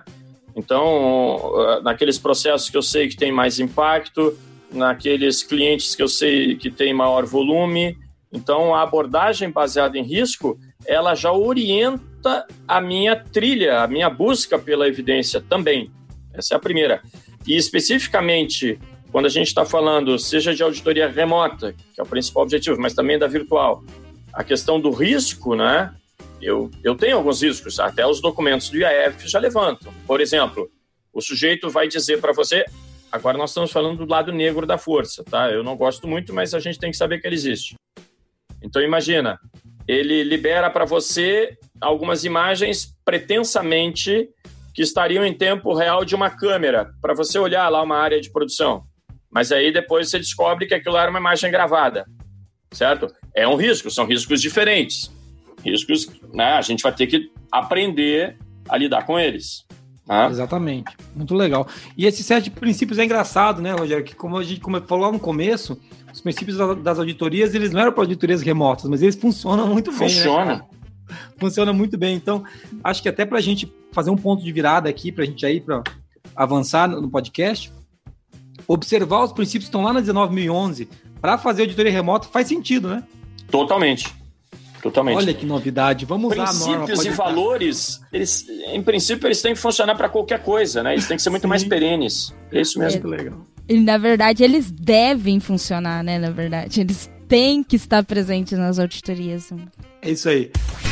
Então, naqueles processos que eu sei que tem mais impacto, naqueles clientes que eu sei que tem maior volume. Então, a abordagem baseada em risco, ela já orienta remota a minha trilha, a minha busca pela evidência também. Essa é a primeira. E especificamente, quando a gente está falando, seja de auditoria remota, que é o principal objetivo, mas também da virtual, a questão do risco, né? Eu, eu tenho alguns riscos, até os documentos do I A F já levantam. Por exemplo, o sujeito vai dizer para você, agora nós estamos falando do lado negro da força, tá? Eu não gosto muito, mas a gente tem que saber que ele existe. Então imagina, ele libera para você algumas imagens pretensamente que estariam em tempo real de uma câmera, para você olhar lá uma área de produção. Mas aí depois você descobre que aquilo era uma imagem gravada, certo? É um risco, são riscos diferentes. Riscos, né? A gente vai ter que aprender a lidar com eles. Né? Exatamente, muito legal. E esse set de princípios é engraçado, né, Rogério? Que como a gente como falou lá no começo, os princípios das auditorias, eles não eram para auditorias remotas, mas eles funcionam muito bem. Funciona. Né, Funciona muito bem. Então, acho que até para a gente fazer um ponto de virada aqui, para a gente aí para avançar no podcast, observar os princípios que estão lá na dezenove mil e onze para fazer auditoria remota faz sentido, né? Totalmente. Totalmente. Olha que novidade. Vamos usar a norma. Princípios e valores, eles, em princípio, eles têm que funcionar para qualquer coisa, né? Eles têm que ser muito Sim. mais perenes. É isso mesmo. Muito legal. E, na verdade, eles devem funcionar, né? Na verdade, eles têm que estar presentes nas auditorias. É isso aí.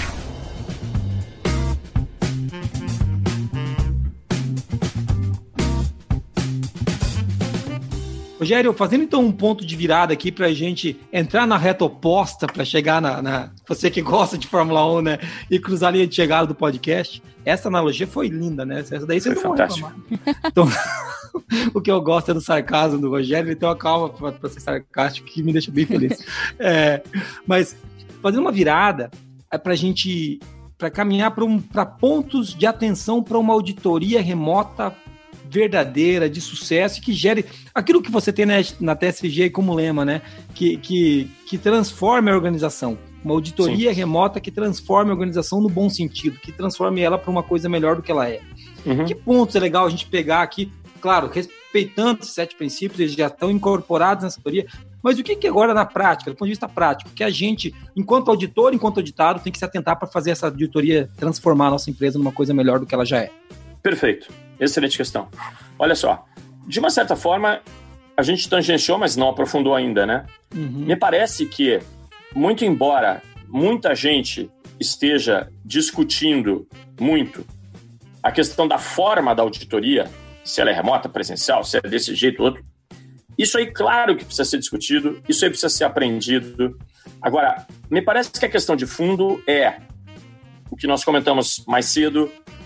Rogério, fazendo então um ponto de virada aqui para a gente entrar na reta oposta para chegar na, na... Você que gosta de Fórmula um, né? E cruzar a linha de chegada do podcast. Essa analogia foi linda, né? Essa daí você foi não vai reclamar. Então, o que eu gosto é do sarcasmo do Rogério. Ele tem uma calma para ser sarcástico que me deixa bem feliz. É, mas, fazendo uma virada, é para a gente... Para caminhar para um, para pontos de atenção para uma auditoria remota verdadeira, de sucesso, que gere aquilo que você tem na, na T S G como lema, né? Que, que, que transforme a organização. Uma auditoria Sim. remota que transforme a organização no bom sentido, que transforme ela para uma coisa melhor do que ela é. Uhum. Que pontos é legal a gente pegar aqui? Claro, respeitando esses sete princípios, eles já estão incorporados nessa auditoria, mas o que, que agora na prática, do ponto de vista prático, que a gente, enquanto auditor, enquanto auditado, tem que se atentar para fazer essa auditoria transformar a nossa empresa numa coisa melhor do que ela já é? Perfeito. Excelente questão. Olha só, de uma certa forma, a gente tangenciou, mas não aprofundou ainda, né? Uhum. Me parece que, muito embora muita gente esteja discutindo muito a questão da forma da auditoria, se ela é remota, presencial, se é desse jeito ou outro, isso aí, claro que precisa ser discutido, isso aí precisa ser aprendido. Agora, me parece que a questão de fundo é o que nós comentamos mais cedo,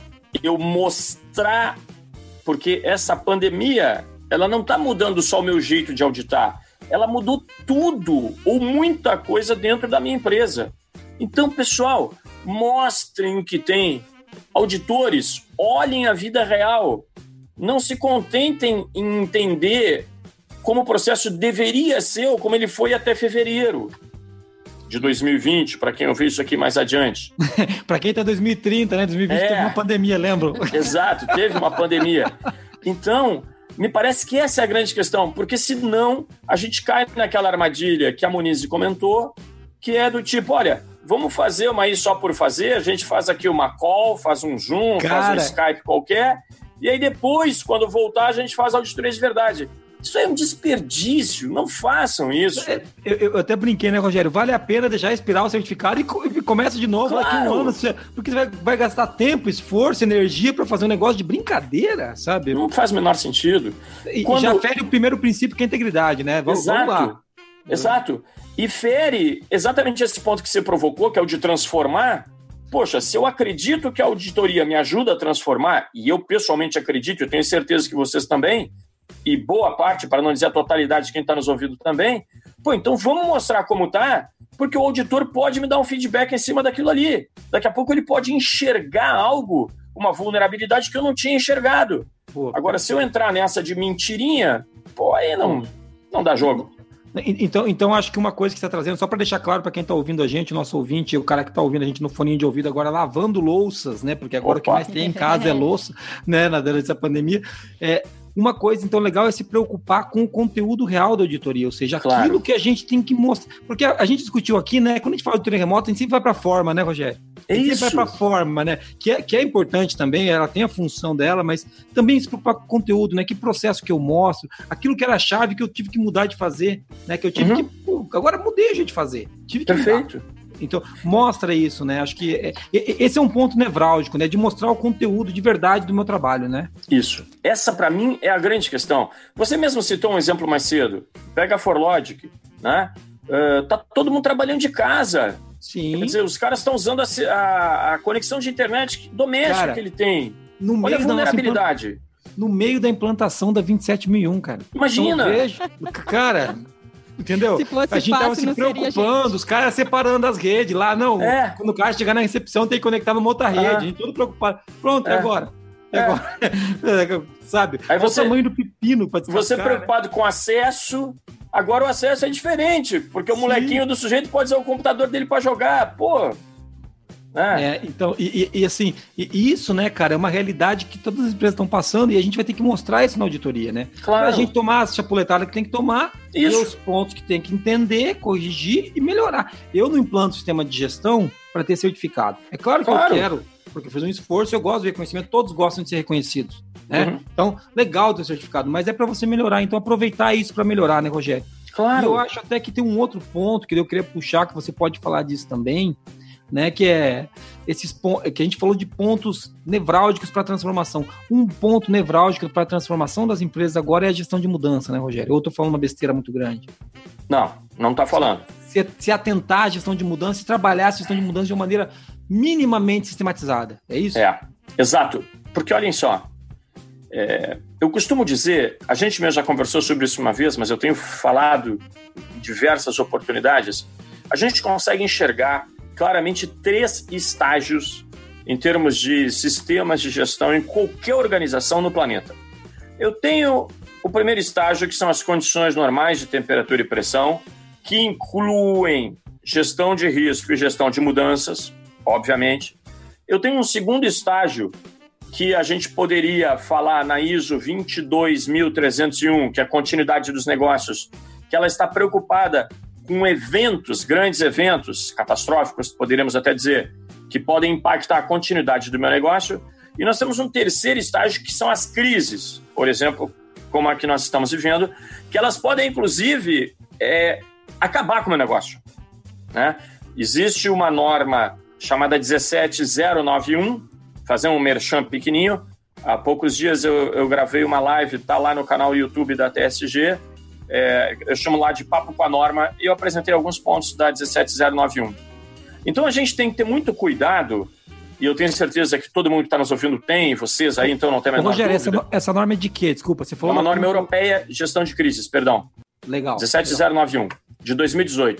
eu mostrar, porque essa pandemia, ela não está mudando só o meu jeito de auditar, ela mudou tudo ou muita coisa dentro da minha empresa. Então, pessoal, mostrem o que tem. Auditores, olhem a vida real. Não se contentem em entender como o processo deveria ser ou como ele foi até fevereiro de dois mil e vinte, para quem ouviu isso aqui mais adiante. Para quem está em dois mil e trinta, né? dois mil e vinte é, teve uma pandemia, lembro? Exato, teve uma pandemia. Então, me parece que essa é a grande questão, porque senão a gente cai naquela armadilha que a Monize comentou, que é do tipo, olha, vamos fazer uma aí só por fazer, a gente faz aqui uma call, faz um Zoom, Cara... faz um Skype qualquer, e aí depois, quando voltar, a gente faz auditoria de verdade. Isso é um desperdício, não façam isso. Eu, eu até brinquei, né, Rogério? Vale a pena deixar expirar o certificado e, e começa de novo claro. daqui a um ano, porque você vai, vai gastar tempo, esforço, energia para fazer um negócio de brincadeira, sabe? Não faz o menor sentido. E Quando... já fere o primeiro princípio, que é a integridade, né? Vamos, Exato. vamos lá. Exato. E fere exatamente esse ponto que você provocou, que é o de transformar. Poxa, se eu acredito que a auditoria me ajuda a transformar, e eu pessoalmente acredito, eu tenho certeza que vocês também, e boa parte, para não dizer a totalidade de quem está nos ouvindo também, pô, então vamos mostrar como tá, porque o auditor pode me dar um feedback em cima daquilo ali. Daqui a pouco ele pode enxergar algo, uma vulnerabilidade que eu não tinha enxergado. Pô, Agora, se eu entrar nessa de mentirinha, pô, aí não, não dá jogo. Então, então, acho que uma coisa que você está trazendo, só para deixar claro para quem está ouvindo a gente, o nosso ouvinte, o cara que está ouvindo a gente no foninho de ouvido agora, lavando louças, né? Porque agora Opa. o que mais tem em casa é louça, né? Na durante essa pandemia. É, uma coisa, então, legal é se preocupar com o conteúdo real da auditoria, ou seja, claro. aquilo que a gente tem que mostrar. Porque a, a gente discutiu aqui, né? Quando a gente fala de auditoria remota, a gente sempre vai para a forma, né, Rogério? É isso. Vai pra forma, né? Que é, que é importante também, ela tem a função dela, mas também se preocupar com o conteúdo, né? Que processo que eu mostro, aquilo que era chave que eu tive que mudar de fazer, né? Que eu tive uhum. que... Pô, agora mudei a gente de fazer. Tive que Perfeito. Mudar. Então, mostra isso, né? Acho que é, é, esse é um ponto nevrálgico, né? De mostrar o conteúdo de verdade do meu trabalho, né? Isso. Essa, para mim, é a grande questão. Você mesmo citou um exemplo mais cedo. Pega a ForLogic, né? Uh, tá todo mundo trabalhando de casa. Sim. Quer dizer, os caras estão usando a, a, a conexão de internet doméstica cara, que ele tem. No Olha meio a vulnerabilidade. Da no meio da implantação da vinte e sete mil e um, cara. Imagina! Então, vejo, cara... Entendeu? A gente tava se preocupando, os caras separando as redes lá, não. É. Quando o cara chegar na recepção, tem que conectar numa outra rede. Ah. A gente tudo preocupado. Pronto, é, é agora. É, é. agora. Sabe? Aí você, o tamanho do pepino pra Você preocupado, né? Com acesso, agora o acesso é diferente, porque o Sim. molequinho do sujeito pode usar o computador dele pra jogar. Pô. É. É, então, e, e, e assim, e isso, né, cara, é uma realidade que todas as empresas estão passando e a gente vai ter que mostrar isso na auditoria, né? Claro. Pra gente tomar as chapuletadas que tem que tomar, isso. E os pontos que tem que entender, corrigir e melhorar. Eu não implanto sistema de gestão para ter certificado. É claro que claro. eu quero, porque eu fiz um esforço, eu gosto de reconhecimento, todos gostam de ser reconhecidos, né? Uhum. Então, legal ter certificado, mas é para você melhorar, então aproveitar isso para melhorar, né, Rogério? Claro. E eu acho até que tem um outro ponto que eu queria puxar, que você pode falar disso também, né, que é esses que a gente falou de pontos nevrálgicos para a transformação. Um ponto nevrálgico para a transformação das empresas agora é a gestão de mudança, né, Rogério? Ou eu estou falando uma besteira muito grande? Não, não está falando. Se, se atentar à gestão de mudança e trabalhar a gestão de mudança de uma maneira minimamente sistematizada, é isso? É, exato. Porque olhem só, é, eu costumo dizer, a gente mesmo já conversou sobre isso uma vez, mas eu tenho falado em diversas oportunidades, a gente consegue enxergar claramente três estágios em termos de sistemas de gestão em qualquer organização no planeta. Eu tenho o primeiro estágio, que são as condições normais de temperatura e pressão, que incluem gestão de risco e gestão de mudanças, obviamente. Eu tenho um segundo estágio, que a gente poderia falar na I S O vinte e dois mil trezentos e um, que é a continuidade dos negócios, que ela está preocupada com eventos, grandes eventos catastróficos, poderíamos até dizer, que podem impactar a continuidade do meu negócio. E nós temos um terceiro estágio, que são as crises, por exemplo, como a que nós estamos vivendo, que elas podem, inclusive, é, acabar com o meu negócio, né? Existe uma norma chamada dezessete zero nove um, fazer um merchan pequenininho. Há poucos dias eu, eu gravei uma live, está lá no canal YouTube da T S G, É, eu chamo lá de Papo com a Norma, e eu apresentei alguns pontos da dezessete zero nove um. Então a gente tem que ter muito cuidado, e eu tenho certeza que todo mundo que está nos ouvindo tem, vocês aí, então não tem a menor Rogério, dúvida. Essa, essa norma é de quê? Desculpa, você falou... É uma norma como... europeia de gestão de crises, perdão. Legal. dezessete zero nove um, de dois mil e dezoito.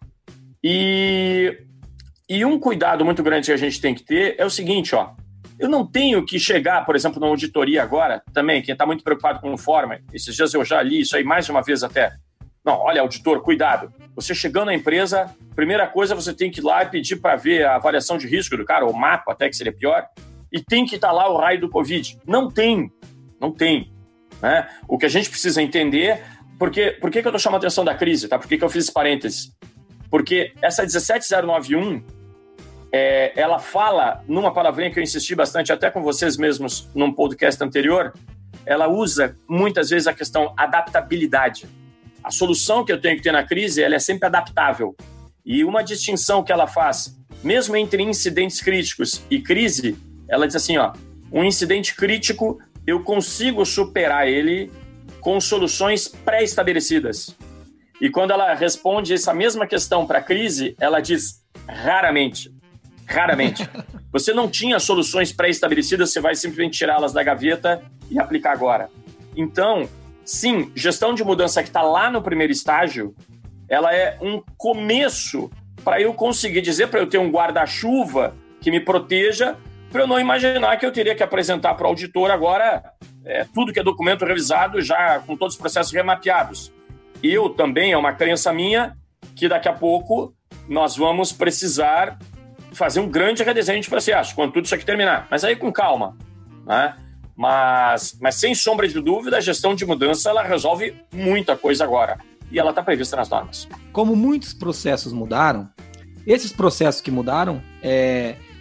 E, e um cuidado muito grande que a gente tem que ter é o seguinte, ó. Eu não tenho que chegar, por exemplo, na auditoria agora, também, quem está muito preocupado com o Forma, esses dias eu já li isso aí mais de uma vez até. Não, olha, auditor, cuidado. Você chegando na empresa, primeira coisa, você tem que ir lá e pedir para ver a avaliação de risco do cara, ou mapa até, que seria pior, e tem que estar tá lá o raio do Covid. Não tem, não tem. Né? O que a gente precisa entender, porque, por que, que eu estou chamando a atenção da crise, tá? Por que, que eu fiz esse parênteses? Porque essa dezessete zero nove um, É, ela fala, numa palavrinha que eu insisti bastante até com vocês mesmos num podcast anterior, ela usa muitas vezes a questão adaptabilidade. A solução que eu tenho que ter na crise, ela é sempre adaptável. E uma distinção que ela faz, mesmo entre incidentes críticos e crise, ela diz assim, ó, um incidente crítico, eu consigo superar ele com soluções pré-estabelecidas. E quando ela responde essa mesma questão para a crise, ela diz, raramente. Raramente. Você não tinha soluções pré-estabelecidas, você vai simplesmente tirá-las da gaveta e aplicar agora. Então, sim, gestão de mudança que está lá no primeiro estágio, ela é um começo para eu conseguir dizer, para eu ter um guarda-chuva que me proteja, para eu não imaginar que eu teria que apresentar para o auditor agora é, tudo que é documento revisado, já com todos os processos remapeados. Eu também, é uma crença minha, que daqui a pouco nós vamos precisar fazer um grande redesenho de processo, quando tudo isso aqui terminar. Mas aí com calma, né? Mas, mas sem sombra de dúvida, a gestão de mudança, ela resolve muita coisa agora. E ela está prevista nas normas. Como muitos processos mudaram, esses processos que mudaram, é,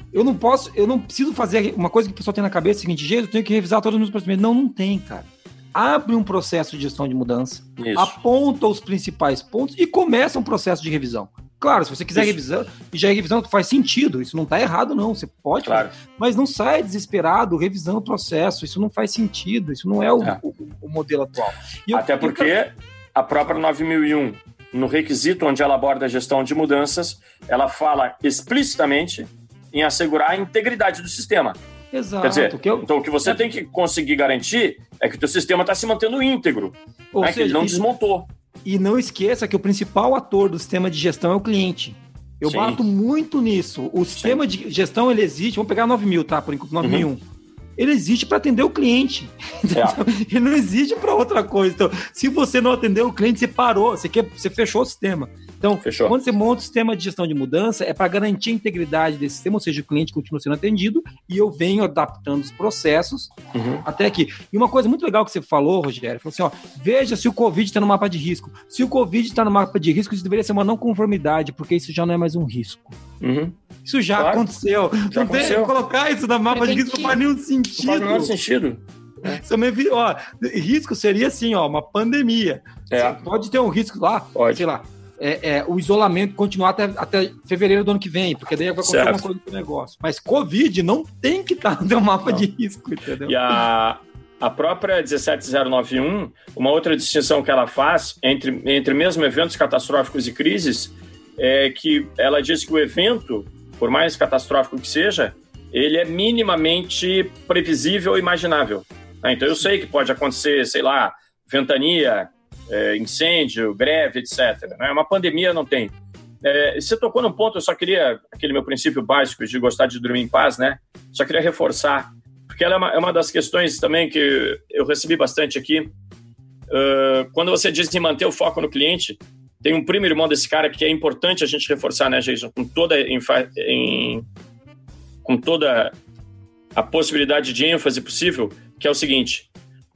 eu não posso, eu não preciso fazer uma coisa que o pessoal tem na cabeça, é o seguinte, gente, eu tenho que revisar todos os meus procedimentos. Não, não tem, cara. Abre um processo de gestão de mudança, Isso. aponta os principais pontos e começa um processo de revisão. Claro, se você quiser isso. revisão, e já é revisão que faz sentido, isso não está errado não, você pode claro. fazer, mas não saia desesperado revisando o processo, isso não faz sentido, isso não é o, é. o, o modelo atual. E Até eu, porque eu... a própria nove mil e um, no requisito onde ela aborda a gestão de mudanças, ela fala explicitamente em assegurar a integridade do sistema. Exato. Quer dizer, que eu... então o que você é... tem que conseguir garantir é que o teu sistema está se mantendo íntegro, né, seja, que ele não e... desmontou. E não esqueça que o principal ator do sistema de gestão é o cliente. Eu Sim. bato muito nisso. O sistema Sim. de gestão, ele existe, vamos pegar nove mil, tá? Por enquanto, nove mil e um. Uhum. Ele existe para atender o cliente. É. Ele não existe para outra coisa. Então, se você não atender o cliente, você parou, você, quer, você fechou o sistema. Então, Fechou. Quando você monta o sistema de gestão de mudança, é para garantir a integridade desse sistema, ou seja, o cliente continua sendo atendido e eu venho adaptando os processos uhum. até aqui. E uma coisa muito legal que você falou, Rogério, falou assim, ó, veja se o Covid está no mapa de risco. Se o Covid está no mapa de risco, isso deveria ser uma não conformidade, porque isso já não é mais um risco. Uhum. Isso já claro. aconteceu. Já não aconteceu. Tem, colocar isso no mapa de risco não faz nenhum sentido. Não faz nenhum sentido. É. Ó, risco seria assim, ó, uma pandemia. É. Pode ter um risco lá, pode. sei lá. É, é, o isolamento continuar até, até fevereiro do ano que vem, porque daí vai acontecer alguma coisa com o negócio. Mas Covid não tem que estar no teu mapa não. de risco, entendeu? E a, a própria dezessete zero nove e um, uma outra distinção que ela faz entre, entre mesmo eventos catastróficos e crises, é que ela diz que o evento, por mais catastrófico que seja, ele é minimamente previsível e imaginável. Então eu sei que pode acontecer, sei lá, ventania, É, incêndio, greve, etcétera. Né? Uma pandemia não tem. É, você tocou num ponto, eu só queria, aquele meu princípio básico de gostar de dormir em paz, né? Só queria reforçar, porque ela é uma, é uma das questões também que eu recebi bastante aqui. Uh, quando você diz em manter o foco no cliente, tem um primo irmão desse cara que é importante a gente reforçar, né, Jason? Com toda, em, em, com toda a possibilidade de ênfase possível, que é o seguinte,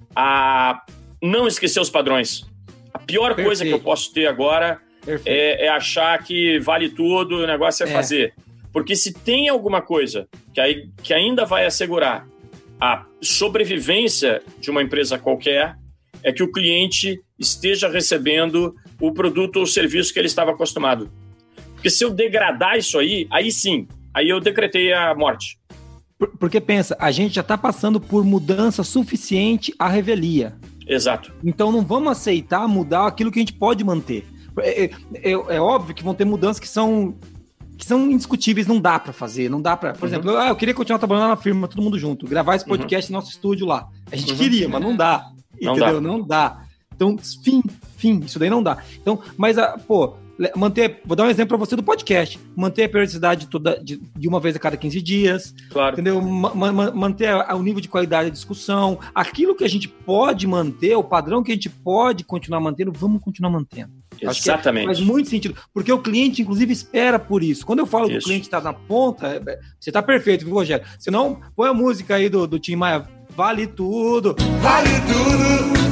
a não esquecer os padrões. A pior Perfeito. coisa que eu posso ter agora é, é achar que vale tudo, o negócio é, é fazer. Porque se tem alguma coisa que, aí, que ainda vai assegurar a sobrevivência de uma empresa qualquer, é que o cliente esteja recebendo o produto ou serviço que ele estava acostumado. Porque se eu degradar isso aí, aí sim, aí eu decretei a morte. Porque pensa, a gente já está passando por mudança suficiente à revelia. Exato. Então não vamos aceitar mudar aquilo que a gente pode manter. É, é, é óbvio que vão ter mudanças que são, que são indiscutíveis, não dá para fazer, não dá para. Por uhum. exemplo, ah, eu queria continuar trabalhando na firma, todo mundo junto, gravar esse podcast uhum. no nosso estúdio lá. A gente uhum. queria, mas não dá. Não entendeu? dá. Não dá. Então, fim, fim, isso daí não dá. Então, mas, a, pô, manter, vou dar um exemplo para você do podcast, manter a periodicidade toda de, de uma vez a cada quinze dias, claro. entendeu? Ma, ma, manter a, o nível de qualidade da discussão, aquilo que a gente pode manter, o padrão que a gente pode continuar mantendo, vamos continuar mantendo. Exatamente. Acho que faz muito sentido, porque o cliente, inclusive, espera por isso. Quando eu falo isso. que o cliente está na ponta, você está perfeito, viu, Rogério? Senão, põe a música aí do, do Tim Maia, vale tudo. Vale tudo.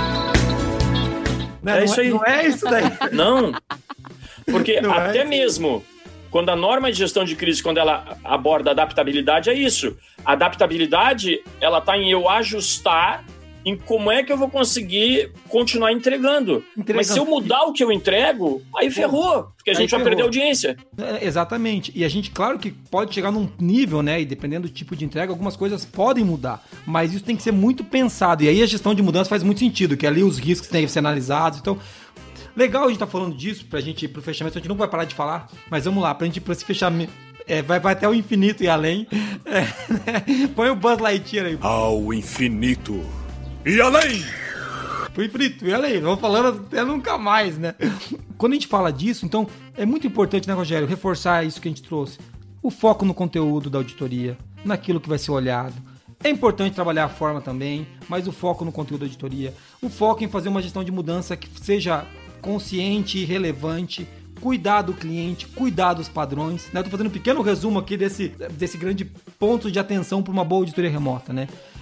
Não, é, isso aí. Não é isso daí. Não. Porque não até é. mesmo quando a norma de gestão de crise, quando ela aborda adaptabilidade, é isso. A adaptabilidade, ela está em eu ajustar em como é que eu vou conseguir continuar entregando. entregando. Mas se eu mudar o que eu entrego, aí ferrou, porque a gente aí vai ferrou. perder audiência. É, exatamente. E a gente, claro que pode chegar num nível, né, e dependendo do tipo de entrega, algumas coisas podem mudar, mas isso tem que ser muito pensado. E aí a gestão de mudança faz muito sentido, que ali os riscos têm que ser analisados. Então, legal a gente tá falando disso, pra gente ir pro fechamento, a gente não vai parar de falar, mas vamos lá, pra gente ir pra esse fechamento, é, vai, vai até o infinito e além. É, né? Põe o Buzz Lightyear aí. Ao infinito e além! Pro infinito e além, vamos falando até nunca mais, né? Quando a gente fala disso, então, é muito importante, né, Rogério, reforçar isso que a gente trouxe. O foco no conteúdo da auditoria, naquilo que vai ser olhado. É importante trabalhar a forma também, mas o foco no conteúdo da auditoria. O foco em fazer uma gestão de mudança que seja consciente e relevante, cuidar do cliente, cuidar dos padrões, né? Estou fazendo um pequeno resumo aqui desse, desse grande ponto de atenção para uma boa auditoria remota, né?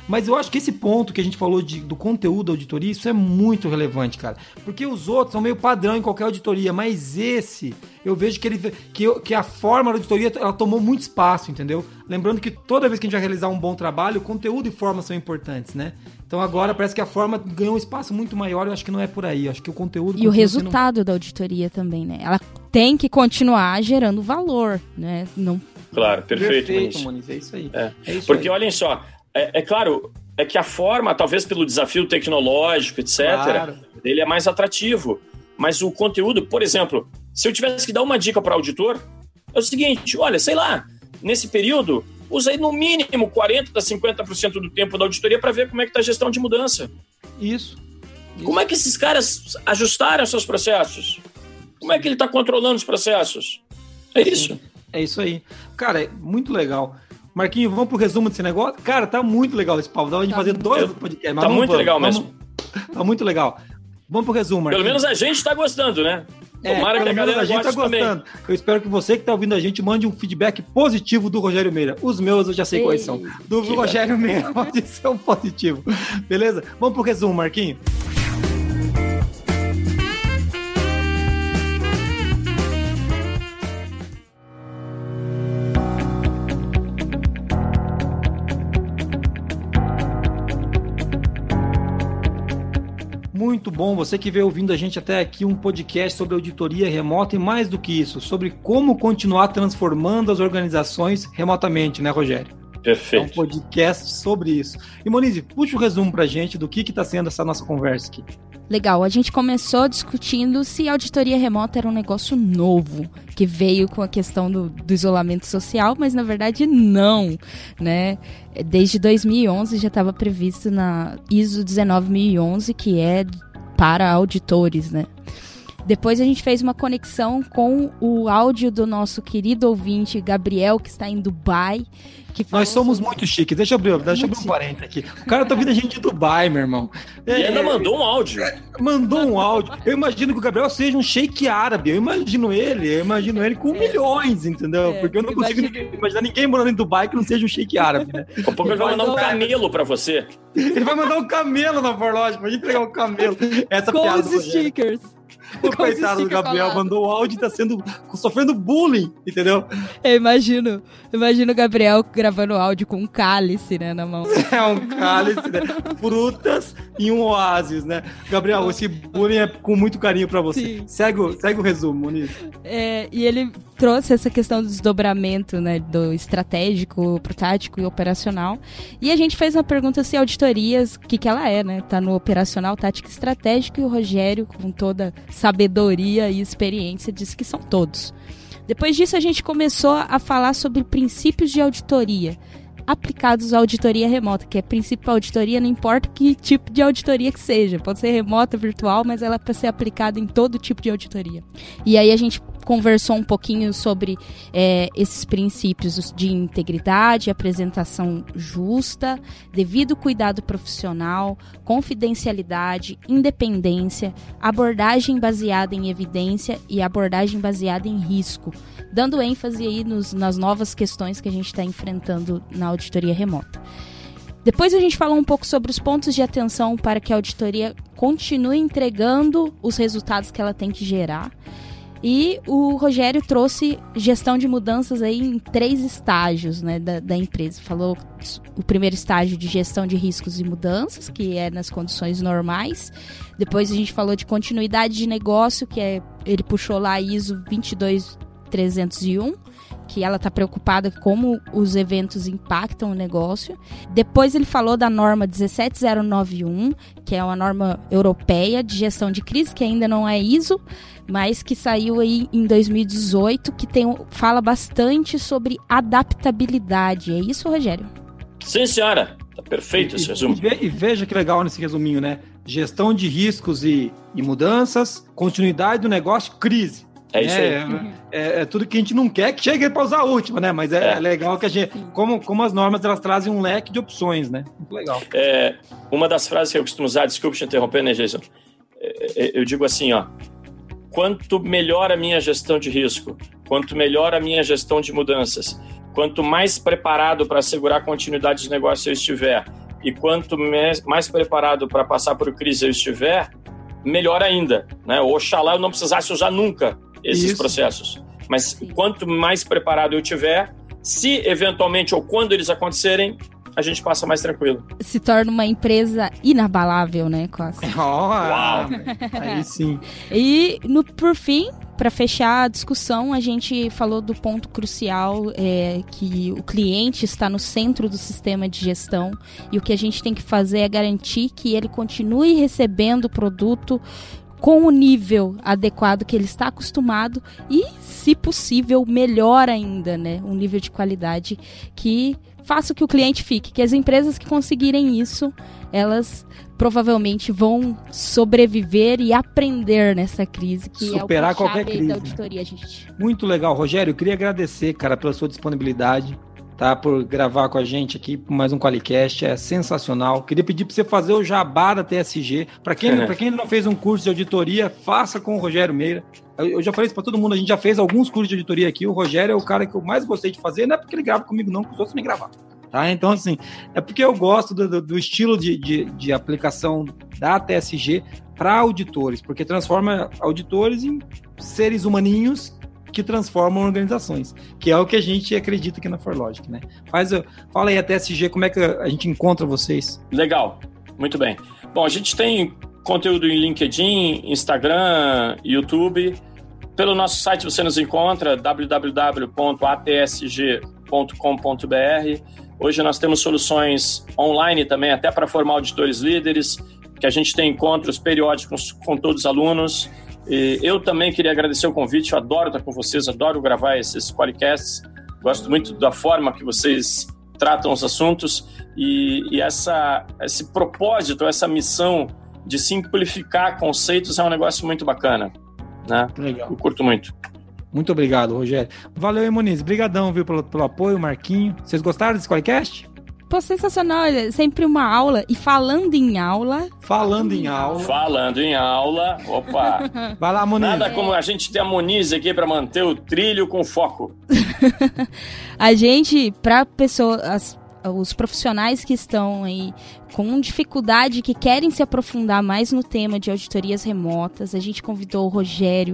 Mas eu acho que esse ponto que a gente falou de, do conteúdo da auditoria, isso é muito relevante, cara. Porque os outros são meio padrão em qualquer auditoria, mas esse, eu vejo que, ele, que, eu, que a forma da auditoria, ela tomou muito espaço, entendeu? Lembrando que toda vez que a gente vai realizar um bom trabalho, conteúdo e forma são importantes, né? Então agora parece que a forma ganhou um espaço muito maior, eu acho que não é por aí, eu acho que o conteúdo... E o resultado sendo... da auditoria também, né? Ela tem que continuar gerando valor, né? Não... Claro, perfeito, perfeito Moniz, é isso aí. É. É isso Porque aí. olhem só, é, é claro, é que a forma, talvez pelo desafio tecnológico, etcétera, claro. Ele é mais atrativo. Mas o conteúdo, por exemplo, se eu tivesse que dar uma dica para o auditor, é o seguinte, olha, sei lá, nesse período, usei no mínimo quarenta por cento a cinquenta por cento do tempo da auditoria para ver como é que está a gestão de mudança. Isso. Isso. Como é que esses caras ajustaram seus processos? Como é que ele está controlando os processos? É isso. Sim. É isso aí. Cara, é muito legal. Marquinhos, vamos pro resumo desse negócio? Cara, tá muito legal esse papo. Dá pra gente tá fazer dois podcasts. Tá muito vamos, legal vamos, mesmo. Tá muito legal. Vamos pro resumo, Marquinhos. Pelo menos a gente tá gostando, né? Tomara é, que a galera a gente goste tá gostando. Também. Eu espero que você que tá ouvindo a gente mande um feedback positivo do Rogério Meira. Os meus eu já sei Ei, quais são. Do Rogério bem. Meira pode ser um positivo. Beleza? Vamos pro resumo, Marquinhos. Muito bom, você que veio ouvindo a gente até aqui, um podcast sobre auditoria remota e mais do que isso, sobre como continuar transformando as organizações remotamente, né, Rogério? Perfeito. É um podcast sobre isso. E Moniz, puxa o resumo pra gente do que que tá sendo essa nossa conversa aqui. Legal, a gente começou discutindo se a auditoria remota era um negócio novo, que veio com a questão do, do isolamento social, mas na verdade não, né? Desde dois mil e onze já estava previsto na I S O dezenove mil e onze, que é para auditores, né? Depois a gente fez uma conexão com o áudio do nosso querido ouvinte Gabriel, que está em Dubai. Que Nós somos sobre... muito chiques. Deixa eu abrir, deixa eu abrir um parênteses aqui. O cara tá ouvindo a gente de Dubai, meu irmão. É, e ainda mandou um áudio. Mandou um áudio. Eu imagino que o Gabriel seja um sheik árabe. Eu imagino ele, eu imagino ele com é. milhões, entendeu? É, Porque eu não consigo imagina... imaginar ninguém morando em Dubai que não seja um sheik árabe, né? Daqui a pouco ele vai mandar um camelo pra você. Ele vai mandar um camelo na Forlogic, pra gente pegar um camelo. Essa com piada. Com os stickers. O coitado do Gabriel falado. mandou o áudio e tá sendo, sofrendo bullying, entendeu? Eu imagino, imagino o Gabriel gravando áudio com um cálice, né, na mão. É, um cálice, né? Frutas e um oásis, né? Gabriel, esse bullying é com muito carinho pra você. Segue o, segue o resumo, Moniz. É, e ele trouxe essa questão do desdobramento, né, do estratégico, pro tático e operacional. E a gente fez uma pergunta se auditorias, o que que ela é, né? Tá no operacional, tático e estratégico, e o Rogério, com toda sabedoria e experiência, disse que são todos. Depois disso, a gente começou a falar sobre princípios de auditoria aplicados à auditoria remota, que é princípio auditoria, não importa que tipo de auditoria que seja, pode ser remota, virtual, mas ela é para ser aplicada em todo tipo de auditoria. E aí a gente conversou um pouquinho sobre é, esses princípios de integridade, apresentação justa, devido cuidado profissional, confidencialidade, independência, abordagem baseada em evidência e abordagem baseada em risco, dando ênfase aí nos, nas novas questões que a gente está enfrentando na auditoria remota. Depois a gente falou um pouco sobre os pontos de atenção para que a auditoria continue entregando os resultados que ela tem que gerar. E o Rogério trouxe gestão de mudanças aí em três estágios, né, da, da empresa. Falou o primeiro estágio de gestão de riscos e mudanças, que é nas condições normais. Depois a gente falou de continuidade de negócio, que é, ele puxou lá a I S O vinte e dois mil trezentos e um, que ela está preocupada como os eventos impactam o negócio. Depois ele falou da norma dezessete mil e noventa e um, que é uma norma europeia de gestão de crise, que ainda não é I S O, mas que saiu aí em dois mil e dezoito, que tem, fala bastante sobre adaptabilidade. É isso, Rogério? Sim, senhora. Tá perfeito esse resumo. E, e veja que legal nesse resuminho, né? Gestão de riscos e, e mudanças, continuidade do negócio, crise. É isso aí. É, é, é tudo que a gente não quer que chegue para usar a última, né? Mas é, é. é legal que a gente... Como, como as normas, elas trazem um leque de opções, né? Muito legal. É, uma das frases que eu costumo usar, desculpe te interromper, né, Jason? É, é, eu digo assim, ó. Quanto melhor a minha gestão de risco, quanto melhor a minha gestão de mudanças, quanto mais preparado para assegurar a continuidade de negócio eu estiver, e quanto mais, mais preparado para passar por crise eu estiver, melhor ainda, né? Oxalá eu não precisasse usar nunca esses Isso. processos. Mas quanto mais preparado eu tiver, se eventualmente ou quando eles acontecerem, a gente passa mais tranquilo. Se torna uma empresa inabalável, né, Costa? Oh, Uau! Aí sim. E, no, por fim, para fechar a discussão, a gente falou do ponto crucial, é, que o cliente está no centro do sistema de gestão e o que a gente tem que fazer é garantir que ele continue recebendo o produto com o nível adequado que ele está acostumado e, se possível, melhor ainda, né? Um nível de qualidade que faça que o cliente fique. Que as empresas que conseguirem isso, elas provavelmente vão sobreviver e aprender nessa crise, que superar é o que qualquer crise, da auditoria, gente. Muito legal, Rogério. Eu queria agradecer, cara, pela sua disponibilidade, tá, por gravar com a gente aqui por mais um QualiCast, é sensacional. Queria pedir para você fazer o jabá da T S G. Para quem, é. quem ainda não fez um curso de auditoria, faça com o Rogério Meira. Eu, eu já falei isso para todo mundo, a gente já fez alguns cursos de auditoria aqui. O Rogério é o cara que eu mais gostei de fazer, não é porque ele grava comigo não, porque os outros me gravaram. Tá? Então, assim, é porque eu gosto do, do, do estilo de, de, de aplicação da T S G para auditores, porque transforma auditores em seres humaninhos que transformam organizações, que é o que a gente acredita aqui na ForLogic, né? Mas fala aí a T S G, como é que a gente encontra vocês? Legal, muito bem. Bom, a gente tem conteúdo em LinkedIn, Instagram, YouTube. Pelo nosso site você nos encontra, w w w ponto a t s g ponto com ponto b r. Hoje nós temos soluções online também, até para formar auditores líderes, que a gente tem encontros periódicos com todos os alunos. E eu também queria agradecer o convite, eu adoro estar com vocês, adoro gravar esses QualiCasts, gosto muito da forma que vocês tratam os assuntos e, e essa, esse propósito, essa missão de simplificar conceitos é um negócio muito bacana, né? Legal. Eu curto muito. Muito obrigado, Rogério. Valeu, aí, Muniz. Obrigadão, viu, pelo, pelo apoio, Marquinho. Vocês gostaram desse QualiCast? Pô, sensacional, é sempre uma aula. E falando em aula... Falando em aula... Falando em aula... Opa! Vai lá, Muniz. Nada como a gente ter a Muniz aqui para manter o trilho com foco. A gente, para pessoas... Os profissionais que estão aí com dificuldade, que querem se aprofundar mais no tema de auditorias remotas, a gente convidou o Rogério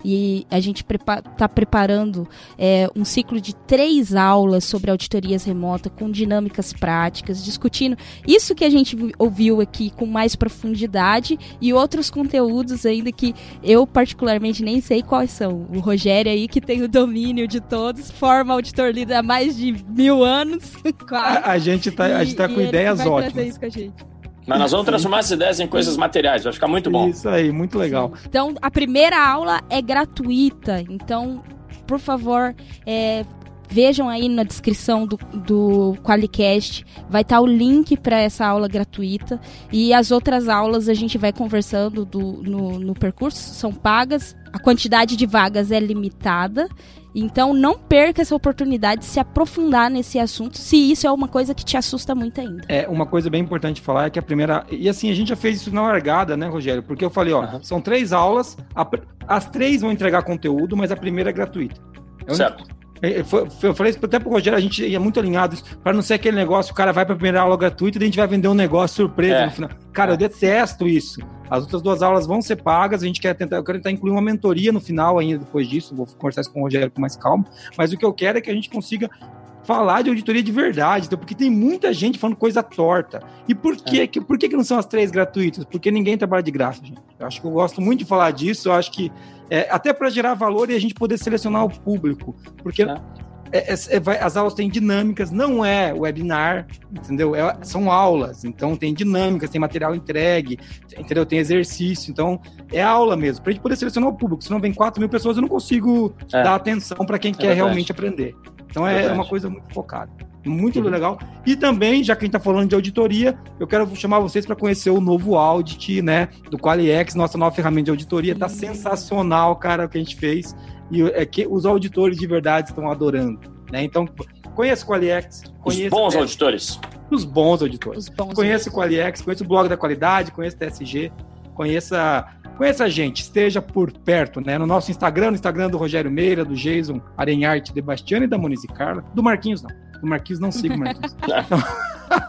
e a gente está prepa- preparando é, um ciclo de três aulas sobre auditorias remotas com dinâmicas práticas, discutindo isso que a gente ouviu aqui com mais profundidade e outros conteúdos ainda que eu particularmente nem sei quais são. O Rogério aí, que tem o domínio de todos, forma auditor líder há mais de mil anos, quase. A, a gente está tá com ideias ótimas. Mas nós vamos transformar essas ideias em coisas materiais, vai ficar muito bom. Isso aí, muito legal. Então, a primeira aula é gratuita, então, por favor, é, vejam aí na descrição do, do QualiCast, vai estar o link para essa aula gratuita, e as outras aulas a gente vai conversando do, no, no percurso, são pagas, a quantidade de vagas é limitada, então não perca essa oportunidade de se aprofundar nesse assunto, se isso é uma coisa que te assusta muito ainda. É, uma coisa bem importante falar é que a primeira... E assim, a gente já fez isso na largada, né, Rogério? Porque eu falei, ó, uhum. são três aulas, a, as três vão entregar conteúdo, mas a primeira é gratuita. Eu certo. Eu, eu falei isso até pro Rogério, a gente ia muito alinhado para não ser aquele negócio, o cara vai pra primeira aula gratuita e a gente vai vender um negócio surpresa é. no final. Cara, é. eu detesto isso. As outras duas aulas vão ser pagas, a gente quer tentar, eu quero tentar incluir uma mentoria no final ainda depois disso, vou conversar isso com o Rogério com mais calma, mas o que eu quero é que a gente consiga falar de auditoria de verdade, então, porque tem muita gente falando coisa torta. E por, que, é. que, por que, que não são as três gratuitas? Porque ninguém trabalha de graça, gente. Eu acho que eu gosto muito de falar disso, eu acho que é, até para gerar valor e a gente poder selecionar o público, porque... É. É, é, vai, as aulas têm dinâmicas, não é webinar, entendeu? É, são aulas, então tem dinâmicas, tem material entregue, entendeu? Tem exercício, então é aula mesmo, para a gente poder selecionar o público. Se não vem quatro mil pessoas, eu não consigo é. dar atenção para quem é quer verdade. realmente aprender. Então é, é uma coisa muito focada, muito uhum. legal. E também, já que a gente está falando de auditoria, eu quero chamar vocês para conhecer o novo Audit, né, do QualiX, nossa nova ferramenta de auditoria, está uhum. sensacional, cara, o que a gente fez. E é que os auditores de verdade estão adorando, né? Então, conheça o QualiX. Os bons auditores. Os bons auditores. Os bons conheça o QualiX, conheça o blog da qualidade, conheça o T S G, conheça, conheça a gente, esteja por perto, né? No nosso Instagram, no Instagram do Rogério Meira, do Jason Arenharte de Bastiano e da Moniz e Carla. Do Marquinhos, não. Do Marquinhos, não siga o Marquinhos. Então...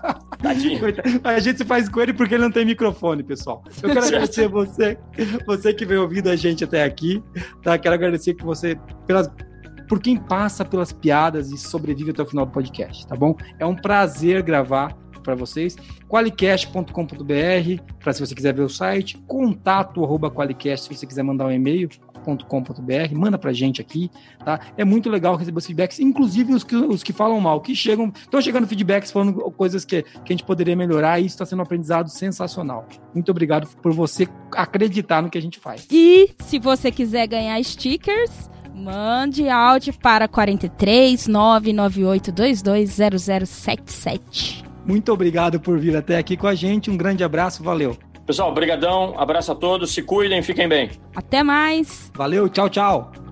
Tadinho. A gente se faz com ele porque ele não tem microfone, pessoal. Eu quero agradecer você, você que veio ouvindo a gente até aqui, tá? Quero agradecer que você, pelas, por quem passa pelas piadas e sobrevive até o final do podcast, tá bom? É um prazer gravar para vocês. qualicast ponto com ponto b r, para se você quiser ver o site, contato arroba qualicast, se você quiser mandar um e-mail, .com.br, manda pra gente aqui, tá? É muito legal receber os feedbacks, inclusive os que, os que falam mal, que chegam, estão chegando feedbacks falando coisas que, que a gente poderia melhorar, e isso está sendo um aprendizado sensacional. Muito obrigado por você acreditar no que a gente faz. E se você quiser ganhar stickers, mande áudio para quatro três nove nove oito dois dois zero zero sete sete. Muito obrigado por vir até aqui com a gente, um grande abraço, valeu. Pessoal, brigadão, abraço a todos, se cuidem, fiquem bem. Até mais. Valeu, tchau, tchau.